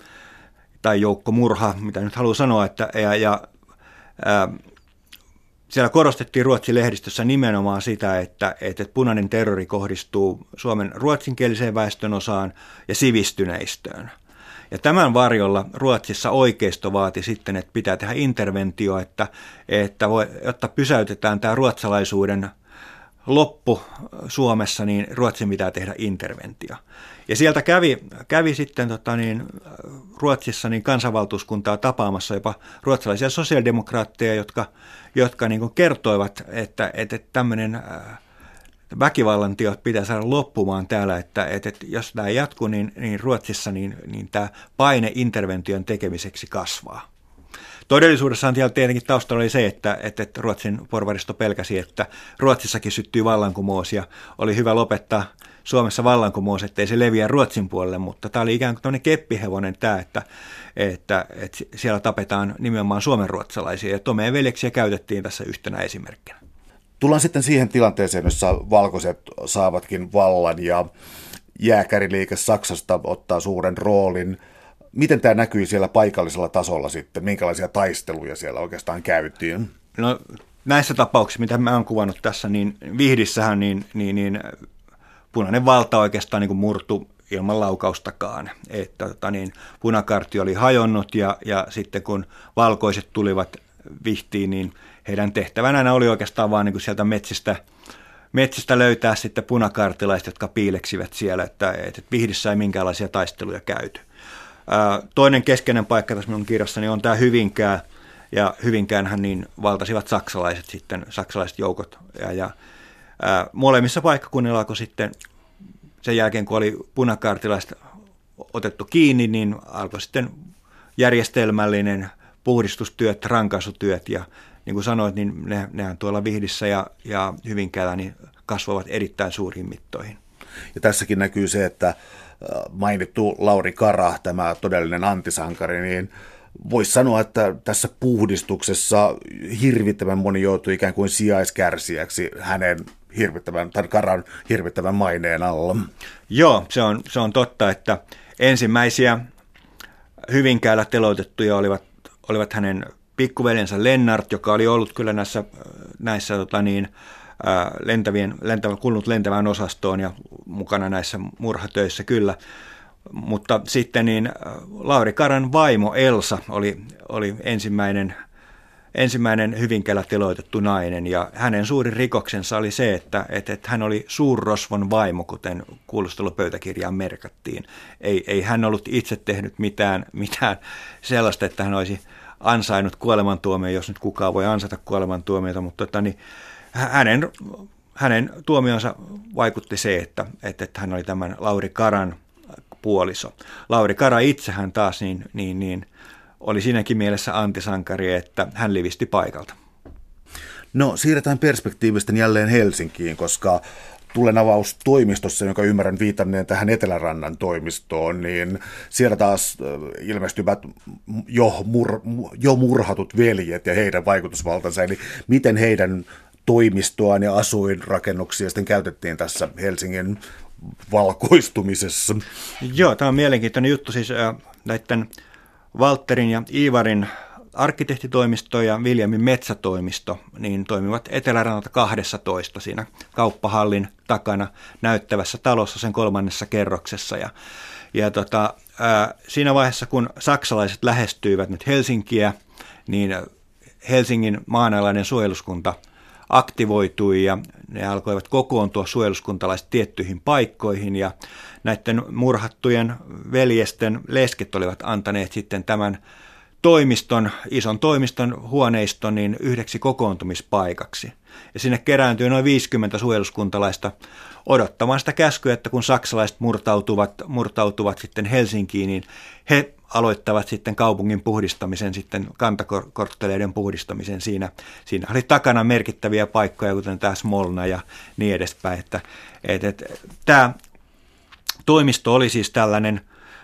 Tai joukkomurha, mitä nyt haluan sanoa, että ja, ja, ää, siellä korostettiin Ruotsin lehdistössä nimenomaan sitä, että, että punainen terrori kohdistuu Suomen ruotsinkieliseen väestönosaan ja sivistyneistöön. Ja tämän varjolla Ruotsissa oikeisto vaati sitten, että pitää tehdä interventio, että, että voi, jotta pysäytetään tämä ruotsalaisuuden loppu Suomessa, niin Ruotsin pitää tehdä interventio. Ja sieltä kävi, kävi sitten tota niin, Ruotsissa niin kansanvaltuuskuntaa tapaamassa jopa ruotsalaisia sosiaalidemokraatteja, jotka, jotka niin kuin kertoivat, että, että tämmöinen väkivallan teot pitää saada loppumaan täällä, että, että jos tämä jatkuu, niin, niin Ruotsissa niin, niin tämä paine intervention tekemiseksi kasvaa. Todellisuudessaan siellä tietenkin taustalla oli se, että, että Ruotsin porvaristo pelkäsi, että Ruotsissakin syttyy vallankumous ja oli hyvä lopettaa Suomessa vallankumous, ettei se leviä Ruotsin puolelle, mutta tämä oli ikään kuin tämmöinen keppihevonen tämä, että, että, että siellä tapetaan nimenomaan suomenruotsalaisia ja Tomeen veljeksiä käytettiin tässä yhtenä esimerkkinä. Tullaan sitten siihen tilanteeseen, jossa valkoiset saavatkin vallan ja jääkäriliike Saksasta ottaa suuren roolin. Miten tämä näkyy siellä paikallisella tasolla sitten? Minkälaisia taisteluja siellä oikeastaan käytiin? No, näissä tapauksissa, mitä mä oon kuvannut tässä, niin Vihdissähän niin, niin, niin punainen valta oikeastaan niin kuin murtu ilman laukaustakaan. Että, tota, niin, punakartti oli hajonnut ja, ja sitten kun valkoiset tulivat Vihtiin, niin heidän tehtävänä oli oikeastaan vaan niin kuin sieltä metsistä, metsistä löytää sitten punakartilaiset, jotka piileksivät siellä, että, että Vihdissä ei minkäänlaisia taisteluja käyty. Toinen keskeinen paikka tässä minun kirjassani on tämä Hyvinkää, ja Hyvinkäänhän niin valtasivat saksalaiset sitten, saksalaiset joukot, ja, ja ää, molemmissa paikkakunnilla alkoi sitten, sen jälkeen kun oli punakartilaiset otettu kiinni, niin alkoi sitten järjestelmällinen puhdistustyöt, rankaisutyöt, ja niin kuin sanoit, niin ne, nehän tuolla Vihdissä ja, ja Hyvinkäällä niin kasvavat erittäin suuriin mittoihin. Ja tässäkin näkyy se, että mainittu Lauri Kara, tämä todellinen antisankari, niin voisi sanoa, että tässä puhdistuksessa hirvittävän moni joutui ikään kuin sijaiskärsijäksi hänen hirvittävän, tai Karan hirvittävän maineen alla. Joo, se on, se on totta, että ensimmäisiä Hyvinkäällä teloitettuja olivat, olivat hänen pikkuveljensä Lennart, joka oli ollut kyllä näissä, näissä tota niin, lentävien, lentävän, kuulunut lentävään osastoon ja mukana näissä murhatöissä kyllä. Mutta sitten niin Lauri Karan vaimo Elsa oli, oli ensimmäinen, ensimmäinen Hyvinkäällä teloitettu nainen ja hänen suurin rikoksensa oli se, että, että, että hän oli suurrosvon vaimo, kuten kuulustelupöytäkirjaan merkattiin. Ei, ei hän ollut itse tehnyt mitään, mitään sellaista, että hän olisi ansainnut kuolemantuomioon, jos nyt kukaan voi ansaita kuolemantuomiota, mutta tota, niin, hänen, hänen tuomionsa vaikutti se, että, että, että hän oli tämän Lauri Karan puoliso. Lauri Kara itsehän taas niin, niin, niin, oli siinäkin mielessä antisankari, että hän livisti paikalta. No siirretään perspektiivisten jälleen Helsinkiin, koska Tulenavaustoimistossa, jonka ymmärrän viitanneen tähän Etelärannan toimistoon, niin siellä taas ilmestyvät jo, mur, jo murhatut veljet ja heidän vaikutusvaltansa. Eli miten heidän toimistoaan ja asuinrakennuksia sitten käytettiin tässä Helsingin valkoistumisessa? Joo, tämä on mielenkiintoinen juttu. Siis äh, näiden Valtterin ja Iivarin arkkitehtitoimisto ja Viljamin metsätoimisto niin toimivat Etelärannalta kaksitoista siinä kauppahallin takana näyttävässä talossa sen kolmannessa kerroksessa. Ja, ja tota, ää, siinä vaiheessa, kun saksalaiset lähestyivät nyt Helsinkiä, niin Helsingin maanalainen suojeluskunta aktivoitui ja ne alkoivat kokoontua suojeluskuntalaiset tiettyihin paikkoihin ja näiden murhattujen veljesten lesket olivat antaneet sitten tämän toimiston, ison toimiston huoneiston niin yhdeksi kokoontumispaikaksi. Ja sinne kerääntyi noin viisikymmentä suojeluskuntalaista odottamaan sitä käskyä, että kun saksalaiset murtautuvat, murtautuvat sitten Helsinkiin, niin he aloittavat sitten kaupungin puhdistamisen, sitten kantakortteleiden puhdistamisen siinä. Siinä oli takana merkittäviä paikkoja, kuten tämä Smolna ja niin edespäin. Että, et, et, tämä toimisto oli siis tällainen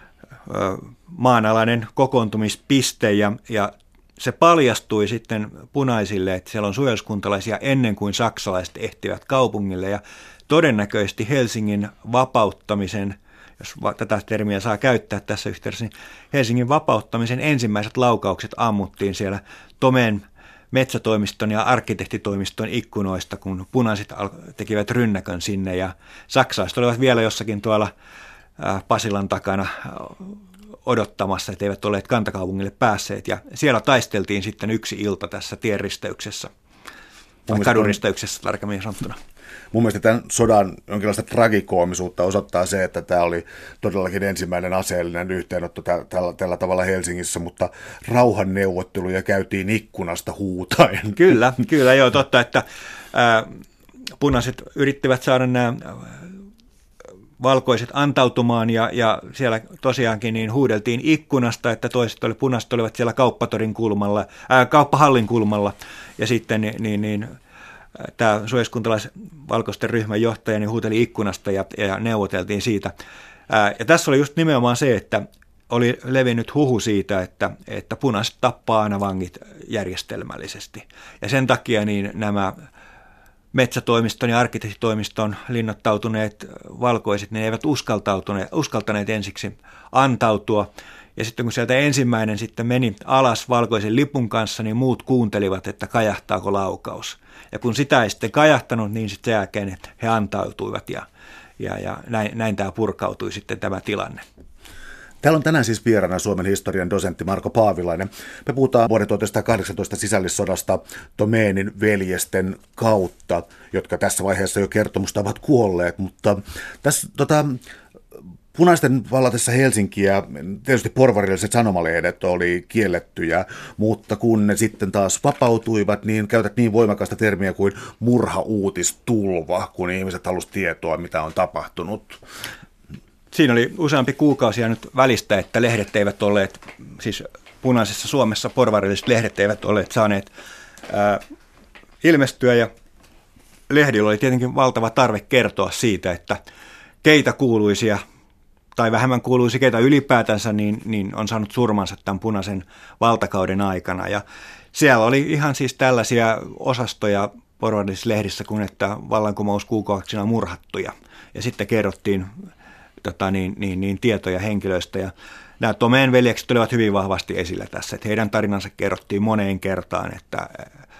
maanalainen kokoontumispiste ja, ja se paljastui sitten punaisille, että siellä on suojeluskuntalaisia ennen kuin saksalaiset ehtivät kaupungille ja todennäköisesti Helsingin vapauttamisen, jos tätä termiä saa käyttää tässä yhteydessä, niin Helsingin vapauttamisen ensimmäiset laukaukset ammuttiin siellä Tomeen metsätoimiston ja arkkitehtitoimiston ikkunoista, kun punaiset tekivät rynnäkön sinne ja saksalaiset olivat vielä jossakin tuolla Pasilan takana odottamassa, että eivät olleet kantakaupungille päässeet. Ja siellä taisteltiin sitten yksi ilta tässä tienristeyksessä, vai kadunristeyksessä tarkemmin sanottuna. Mun mielestä tämän sodan jonkinlaista tragikoomisuutta osoittaa se, että tämä oli todellakin ensimmäinen aseellinen yhteenotto tä- tällä, tällä tavalla Helsingissä, mutta rauhanneuvotteluja käytiin ikkunasta huutaen. Kyllä, kyllä joo, totta, että ää, punaiset yrittivät saada nämä valkoiset antautumaan ja, ja siellä tosiaankin niin huudeltiin ikkunasta, että toiset oli, punaiset olivat siellä kauppatorin kulmalla, ää, kauppahallin kulmalla ja sitten niin, niin, niin tämä suojeskuntalais-valkoisten ryhmän johtaja niin huuteli ikkunasta ja, ja neuvoteltiin siitä. Ää, ja tässä oli just nimenomaan se, että oli levinnyt huhu siitä, että, että punaiset tappaa aina vangit järjestelmällisesti. Ja sen takia niin nämä metsätoimiston ja arkkitehtitoimiston linnoittautuneet valkoiset, niin eivät uskaltautuneet, uskaltaneet ensiksi antautua. Ja sitten kun sieltä ensimmäinen sitten meni alas valkoisen lipun kanssa, niin muut kuuntelivat, että kajahtaako laukaus. Ja kun sitä ei sitten kajahtanut, niin sitten sen jälkeen he antautuivat ja, ja, ja näin, näin tämä purkautui sitten tämä tilanne. Täällä on tänään siis vieraana Suomen historian dosentti Marko Paavilainen. Me puhutaan vuoden tuhatyhdeksänsataakahdeksantoista sisällissodasta Tomeenin veljesten kautta, jotka tässä vaiheessa jo kertomusta ovat kuolleet, mutta tässä tota, punaisten vallatessa Helsinkiä, tietysti porvarilliset sanomalehdet oli kiellettyjä, mutta kun ne sitten taas vapautuivat, niin käytät niin voimakasta termiä kuin murhauutistulva, kun ihmiset halusivat tietoa, mitä on tapahtunut. Siinä oli useampi kuukausia nyt välistä, että lehdet eivät olleet, siis punaisessa Suomessa porvarilliset lehdet eivät olleet saaneet ää, ilmestyä ja lehdillä oli tietenkin valtava tarve kertoa siitä, että keitä kuuluisia tai vähemmän kuuluisi keitä ylipäätänsä, niin, niin on saanut surmansa tämän punaisen valtakauden aikana. Ja siellä oli ihan siis tällaisia osastoja porvarillisissa lehdissä kuin että vallankumouskuukauksina murhattuja. Ja sitten kerrottiin Tota, niin, niin, niin tietoja henkilöistä ja nämä Tomeen veljekset olivat hyvin vahvasti esillä tässä, että heidän tarinansa kerrottiin moneen kertaan, että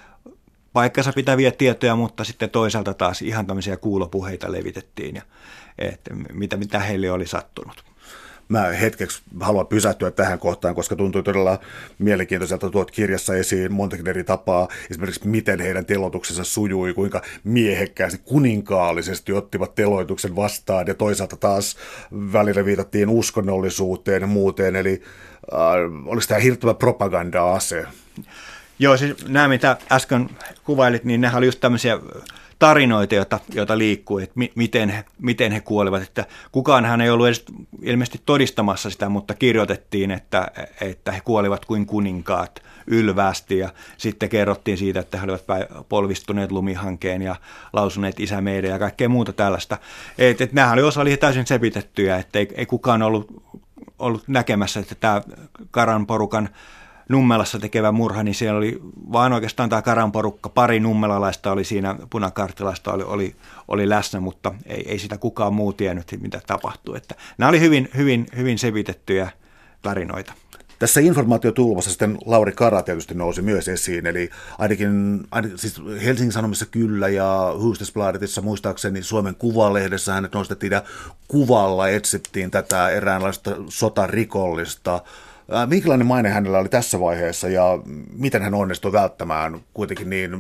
paikkansa pitäviä tietoja, mutta sitten toisaalta taas ihan tämmöisiä kuulopuheita levitettiin ja että mitä, mitä heille oli sattunut. Mä hetkeksi haluan pysähtyä tähän kohtaan, koska tuntui todella mielenkiintoiselta tuot kirjassa esiin montakin eri tapaa, esimerkiksi miten heidän teloituksensa sujui, kuinka miehekkäästi, kuninkaallisesti ottivat teloituksen vastaan ja toisaalta taas välillä viitattiin uskonnollisuuteen ja muuteen, eli äh, oliko tämä hirttävä propaganda-ase? Joo, siis nämä mitä äsken kuvailit, niin nehän oli just tämmöisiä tarinoita, joita, joita liikkuu, että mi, miten, he, miten he kuolivat. Että kukaanhan ei ollut edes ilmeisesti todistamassa sitä, mutta kirjoitettiin, että, että he kuolivat kuin kuninkaat ylvästi. Ja sitten kerrottiin siitä, että he olivat polvistuneet lumihankeen ja lausuneet isä meidän ja kaikkea muuta tällaista. Että et nämähän oli osa oli täysin sepitettyjä, että ei, ei kukaan ollut, ollut näkemässä, että tämä Karan porukan Nummelassa tekevä murha, niin siellä oli vaan oikeastaan tämä Karan porukka, pari nummelalaista oli siinä, punakartilaista oli, oli, oli läsnä, mutta ei, ei sitä kukaan muu tiennyt, mitä tapahtui. Että nämä oli hyvin, hyvin, hyvin sevitettyjä tarinoita. Tässä informaatiotulvassa sitten Lauri Kara tietysti nousi myös esiin, eli ainakin, ainakin siis Helsingin Sanomissa kyllä ja Hufvudstadsbladetissa muistaakseni Suomen Kuvalehdessä hänet nostettiin ja kuvalla etsittiin tätä eräänlaista sotarikollista. Minkälainen maine hänellä oli tässä vaiheessa ja miten hän onnistui välttämään kuitenkin niin,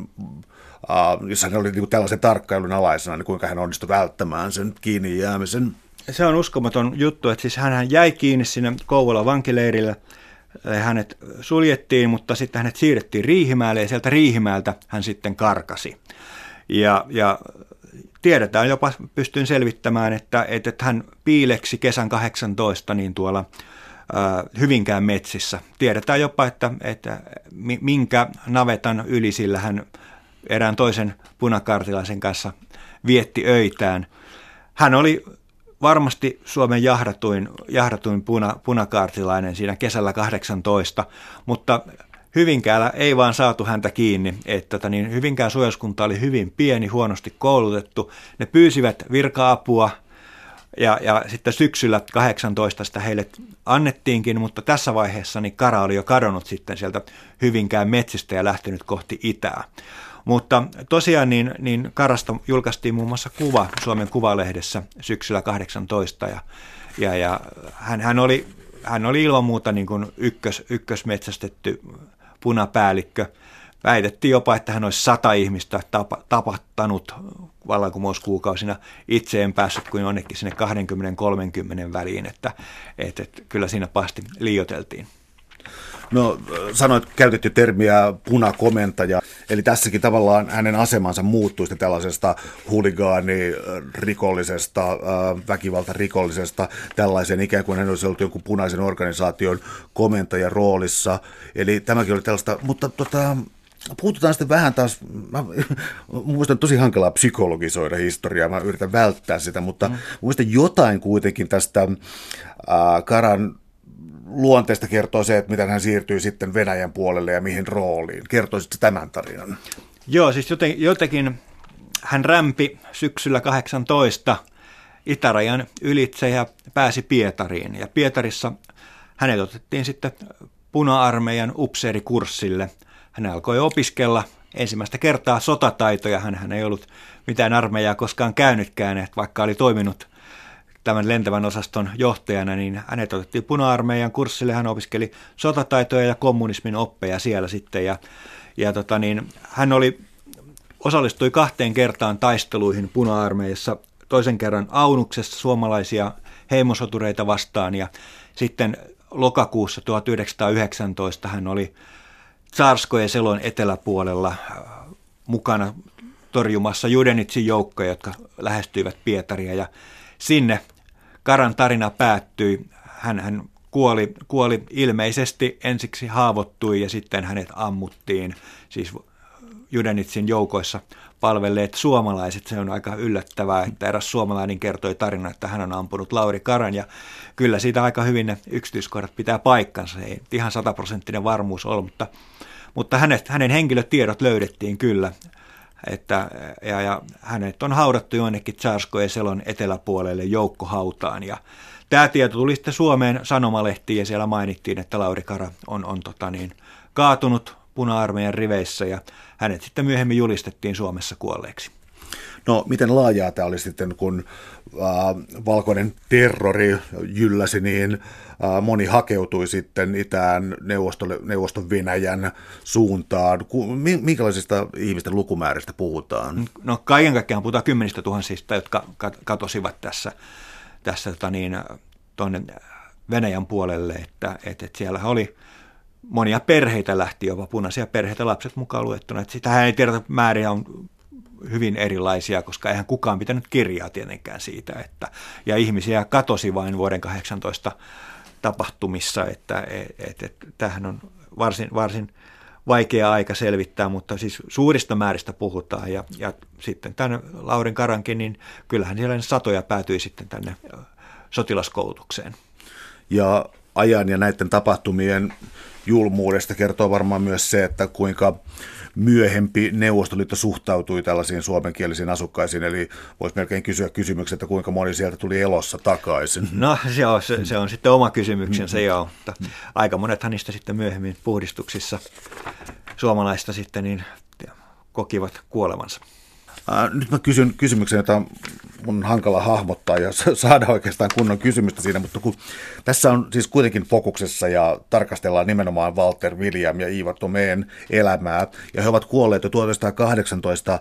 äh, jos hän oli niin tällaisen tarkkailun alaisena, niin kuinka hän onnistui välttämään sen kiinni jäämisen? Se on uskomaton juttu, että siis hän jäi kiinni sinne Kouvolan vankileirillä. Hänet suljettiin, mutta sitten hänet siirrettiin Riihimäelle ja sieltä Riihimäeltä hän sitten karkasi. Ja, ja tiedetään jopa, pystyin selvittämään, että, että hän piileksi kesän kahdeksantoista niin tuolla Hyvinkään metsissä. Tiedetään jopa, että, että minkä navetan yli sillä hän erään toisen punakartilaisen kanssa vietti öitään. Hän oli varmasti Suomen jahdatuin, jahdatuin puna, punakaartilainen siinä kesällä kahdeksantoista, mutta Hyvinkäällä ei vaan saatu häntä kiinni. Että, että niin Hyvinkään suojeluskunta oli hyvin pieni, huonosti koulutettu. Ne pyysivät virka-apua. Ja, ja sitten syksyllä kahdeksantoista sitä heille annettiinkin, mutta tässä vaiheessa niin Kara oli jo kadonnut sitten sieltä Hyvinkään metsistä ja lähtenyt kohti itää. Mutta tosiaan niin, niin Karasta julkaistiin muun muassa kuva Suomen Kuvalehdessä syksyllä kahdeksantoista ja, ja, ja hän, hän, oli, hän oli ilman muuta niin kuin ykkös, ykkösmetsästetty punapäällikkö. väitettiin jopa, että hän olisi sata ihmistä tapa, tapattanut vallankumouskuukausina. Itse en päässyt kuin jonnekin sinne kaksikymmentä kolmekymmentä väliin, että, että, että kyllä siinä pahasti liioiteltiin. No sanoit, käytetty termiä punakomentaja, eli tässäkin tavallaan hänen asemansa muuttui tällaisesta huligaanirikollisesta, väkivaltarikollisesta tällaiseen ikään kuin hän olisi ollut jonkun punaisen organisaation komentajan roolissa. Eli tämäkin oli tällaista, mutta tota, puututaan sitten vähän taas, mä, muistan on tosi hankalaa psykologisoida historiaa, mä yritän välttää sitä, mutta mm. muistan jotain kuitenkin tästä äh, Karan luonteesta kertoo se, että miten hän siirtyy sitten Venäjän puolelle ja mihin rooliin. Kertoisitko tämän tarinan? Joo, siis joten, jotenkin hän rämpi syksyllä kahdeksantoista itärajan ylitse ja pääsi Pietariin. Ja Pietarissa hänet otettiin sitten puna-armeijan upseerikurssille. Hän alkoi opiskella ensimmäistä kertaa sotataitoja. Hän ei ollut mitään armeijaa koskaan käynytkään, että vaikka oli toiminut tämän lentävän osaston johtajana, niin hänet otettiin puna-armeijan kurssille. Hän opiskeli sotataitoja ja kommunismin oppeja siellä sitten. Ja, ja tota niin, hän oli, osallistui kahteen kertaan taisteluihin puna-armeijassa. Toisen kerran Aunuksessa suomalaisia heimosotureita vastaan ja sitten lokakuussa tuhatyhdeksänsataayhdeksäntoista hän oli Tsarskoje Selon eteläpuolella mukana torjumassa Judenitsin joukkoja, jotka lähestyivät Pietaria ja sinne Karan tarina päättyi. Hän, hän kuoli, kuoli ilmeisesti, ensiksi haavoittui ja sitten hänet ammuttiin. Siis Judenitsin joukoissa palvelleet suomalaiset, se on aika yllättävää, että eräs suomalainen kertoi tarinan, että hän on ampunut Lauri Karan ja kyllä siitä aika hyvin ne yksityiskohdat pitää paikkansa. Ei ihan sataprosenttinen varmuus ole, mutta, mutta hänet, hänen henkilötiedot löydettiin kyllä. Että, ja, ja hänet on haudattu jonnekin Tsarskoje Selon eteläpuolelle joukkohautaan ja tämä tieto tuli sitten Suomeen sanomalehtiin ja siellä mainittiin, että Lauri Kara on, on tota niin, kaatunut puna-armeijan riveissä ja hänet sitten myöhemmin julistettiin Suomessa kuolleeksi. No miten laajaa tämä oli sitten, kun äh, valkoinen terrori jylläsi, niin äh, moni hakeutui sitten itään Neuvoston Venäjän suuntaan. Minkälaisista ihmisten lukumääristä puhutaan? No kaiken kaikkiaan puhutaan kymmenistä tuhansista, jotka katosivat tässä, tässä tota niin, tuonne Venäjän puolelle, että, että, että siellä oli monia perheitä lähti, jopa punaisia perheitä, lapset mukaan luettuna. Sitähän ei tiedetä, määriä on hyvin erilaisia, koska eihän kukaan pitänyt kirjaa tietenkään siitä. Että, ja ihmisiä katosi vain vuoden kahdeksantoista tapahtumissa, että et, et, tämähän on varsin, varsin vaikea aika selvittää, mutta siis suurista määristä puhutaan. Ja, ja sitten tämän Laurin Karankin, niin kyllähän siellä satoja päätyi sitten tänne sotilaskoulutukseen. Ja ajan ja näiden tapahtumien julmuudesta kertoo varmaan myös se, että kuinka myöhempi Neuvostoliitto suhtautui tällaisiin suomenkielisiin asukkaisiin, eli voisi melkein kysyä kysymyksen, että kuinka moni sieltä tuli elossa takaisin. No se on, se, se on sitten oma kysymyksensä, joo, mutta aika monethan niistä sitten myöhemmin puhdistuksissa suomalaista sitten niin kokivat kuolemansa. Nyt mä kysyn kysymyksen, jota on hankala hahmottaa ja saada oikeastaan kunnon kysymystä siinä, mutta kun tässä on siis kuitenkin fokuksessa ja tarkastellaan nimenomaan Walter William ja Ivar Thomén elämää, ja he ovat kuolleet jo tuhatyhdeksänsataakahdeksantoista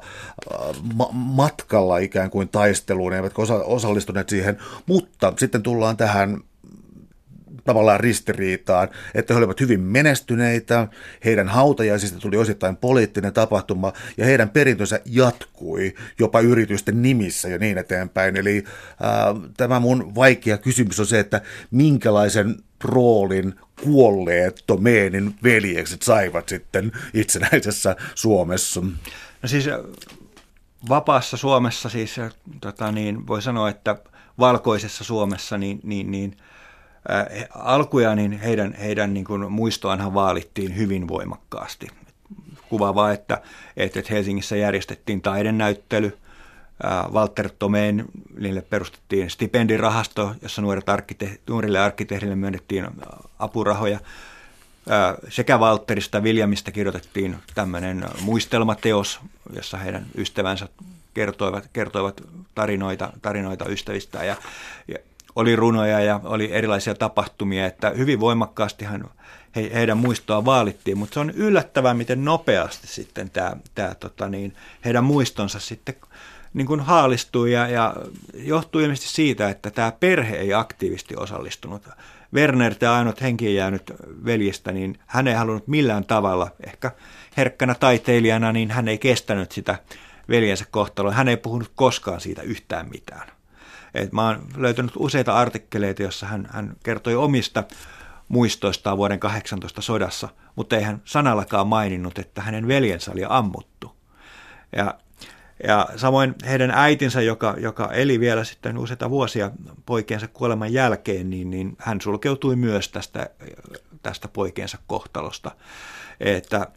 matkalla ikään kuin taisteluun, eivätkä osa- osallistuneet siihen, mutta sitten tullaan tähän tavallaan ristiriitaan, että he olivat hyvin menestyneitä, heidän hautajaisista tuli osittain poliittinen tapahtuma ja heidän perintönsä jatkui jopa yritysten nimissä ja niin eteenpäin. Eli ää, tämä mun vaikea kysymys on se, että minkälaisen roolin kuolleet Thoménin veljekset saivat sitten itsenäisessä Suomessa? No siis vapaassa Suomessa siis tota niin, voi sanoa, että valkoisessa Suomessa niin, niin, niin alkujaan niin heidän, heidän niin kuin muistoanhan vaalittiin hyvin voimakkaasti. Kuvaavaa, että, että Helsingissä järjestettiin taidenäyttely. Walter Thoménille perustettiin stipendirahasto, jossa nuoret arkkite- nuorille arkkitehdille myönnettiin apurahoja. Sekä Walterista Williamista kirjoitettiin tämmöinen muistelmateos, jossa heidän ystävänsä kertoivat, kertoivat tarinoita, tarinoita ystävistään. Ja, ja oli runoja ja oli erilaisia tapahtumia, että hyvin voimakkaastihan he, heidän muistoa vaalittiin, mutta se on yllättävää, miten nopeasti sitten tämä, tämä tota niin, heidän muistonsa sitten niin kuin haalistui ja, ja johtuu ilmeisesti siitä, että tämä perhe ei aktiivisesti osallistunut. Werner, tämä ainut henkiin jäänyt veljestä, niin hän ei halunnut millään tavalla, ehkä herkkänä taiteilijana, niin hän ei kestänyt sitä veljensä kohtaloa. Hän ei puhunut koskaan siitä yhtään mitään. Et mä oon löytänyt useita artikkeleita, joissa hän, hän kertoi omista muistoistaan vuoden kahdeksantoista sodassa, mutta ei hän sanallakaan maininnut, että hänen veljensä oli ammuttu. Ja, ja samoin heidän äitinsä, joka, joka eli vielä sitten useita vuosia poikiensa kuoleman jälkeen, niin, niin hän sulkeutui myös tästä, tästä poikiensa kohtalosta. Että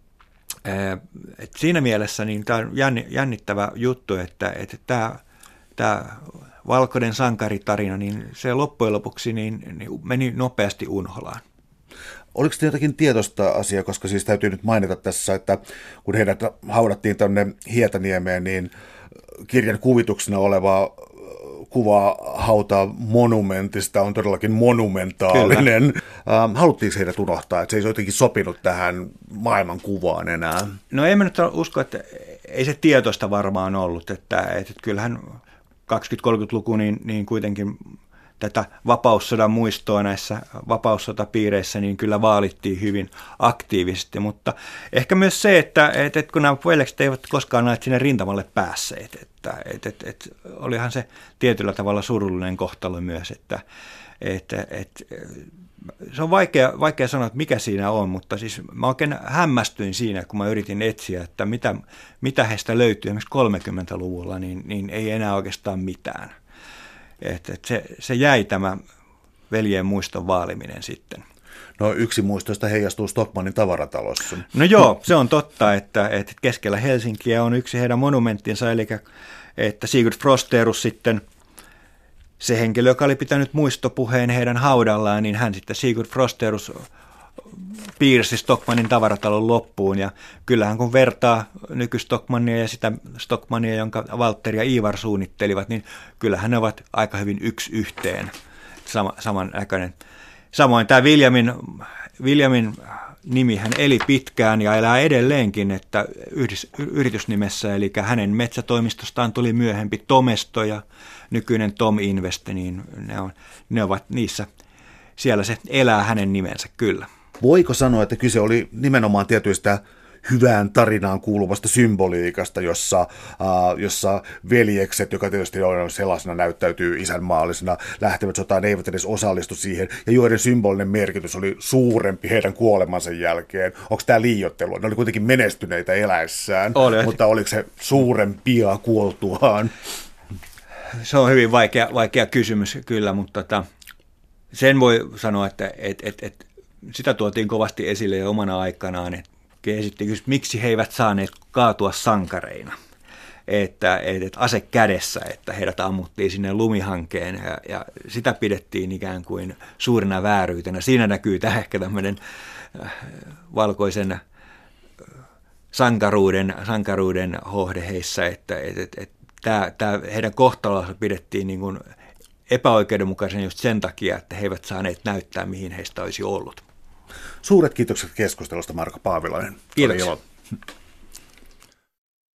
Et siinä mielessä niin tämä on jännittävä juttu, että, että tämä, tämä valkoinen sankaritarina, niin se loppujen lopuksi niin, niin meni nopeasti unholaan. Oliko se jotakin tietoista asiaa, koska siis täytyy nyt mainita tässä, että kun heidät haudattiin tuonne Hietaniemeen, niin kirjan kuvituksena oleva kuva hautaa monumentista on todellakin monumentaalinen. Ähm, haluttiinko heidät unohtaa, että se ei jotenkin sopinut tähän maailman kuvaan enää? No ei mä nyt usko, että ei se tietoista varmaan ollut, että, että kyllähän kaksikymmentä-kolmekymmentäluku niin, niin kuitenkin tätä vapaussodan muistoa näissä vapaussotapiireissä niin kyllä vaalittiin hyvin aktiivisesti, mutta ehkä myös se, että, että kun nämä veljekset eivät koskaan näet sinne rintamalle päässeet, että, että, että, että olihan se tietyllä tavalla surullinen kohtalo myös, että, että, että se on vaikea, vaikea sanoa, että mikä siinä on, mutta siis mä oikein hämmästyin siinä, kun mä yritin etsiä, että mitä, mitä heistä löytyy esimerkiksi kolmekymmentäluvulla, niin, niin ei enää oikeastaan mitään. Että et se, se jäi tämä veljen muiston vaaliminen sitten. No yksi muistoista heijastuu Stockmannin tavaratalossa. No joo, se on totta, että, että keskellä Helsinkiä on yksi heidän monumenttinsa, eli että Sigurd Frosterus sitten, se henkilö, joka oli pitänyt muistopuheen heidän haudallaan, niin hän sitten Sigurd Frosterus piirsi Stockmannin tavaratalon loppuun, ja kyllähän kun vertaa nyky-Stockmannia ja sitä Stockmannia, jonka Walter ja Ivar suunnittelivat, niin kyllähän ne ovat aika hyvin yksi yhteen sama, samannäköinen. Samoin tämä Williamin, Williamin nimi hän eli pitkään ja elää edelleenkin, että yhdys, yritysnimessä, eli hänen metsätoimistostaan tuli myöhempi Tomesto ja nykyinen Tom Invest, niin ne, on, ne ovat niissä, siellä se elää hänen nimensä kyllä. Voiko sanoa, että kyse oli nimenomaan tietyistä hyvään tarinaan kuuluvasta symboliikasta, jossa, äh, jossa veljekset, joka tietysti on sellaisena näyttäytyy isänmaallisena, lähtevät sotaan, eivät edes osallistu siihen, ja joiden symbolinen merkitys oli suurempi heidän kuolemansa jälkeen. Onko tämä liioittelua? Ne oli kuitenkin menestyneitä eläessään, oli, mutta oliko se suurempia kuoltuaan? Se on hyvin vaikea, vaikea kysymys kyllä, mutta tota, sen voi sanoa, että et, et, et, sitä tuotiin kovasti esille jo omana aikanaan, että esitti kysymys, miksi he eivät saaneet kaatua sankareina, että, että ase kädessä, että heidät ammuttiin sinne lumihankeen ja, ja sitä pidettiin ikään kuin suurena vääryytenä. Siinä näkyy tämä ehkä tämmöinen valkoisen sankaruuden, sankaruuden hohde heissä, että, että, että, että tämä, tämä heidän kohtalonsa pidettiin niin kuin epäoikeudenmukaisen just sen takia, että he eivät saaneet näyttää, mihin heistä olisi ollut. Suuret kiitokset keskustelusta, Marko Paavilainen. Kiitoksia.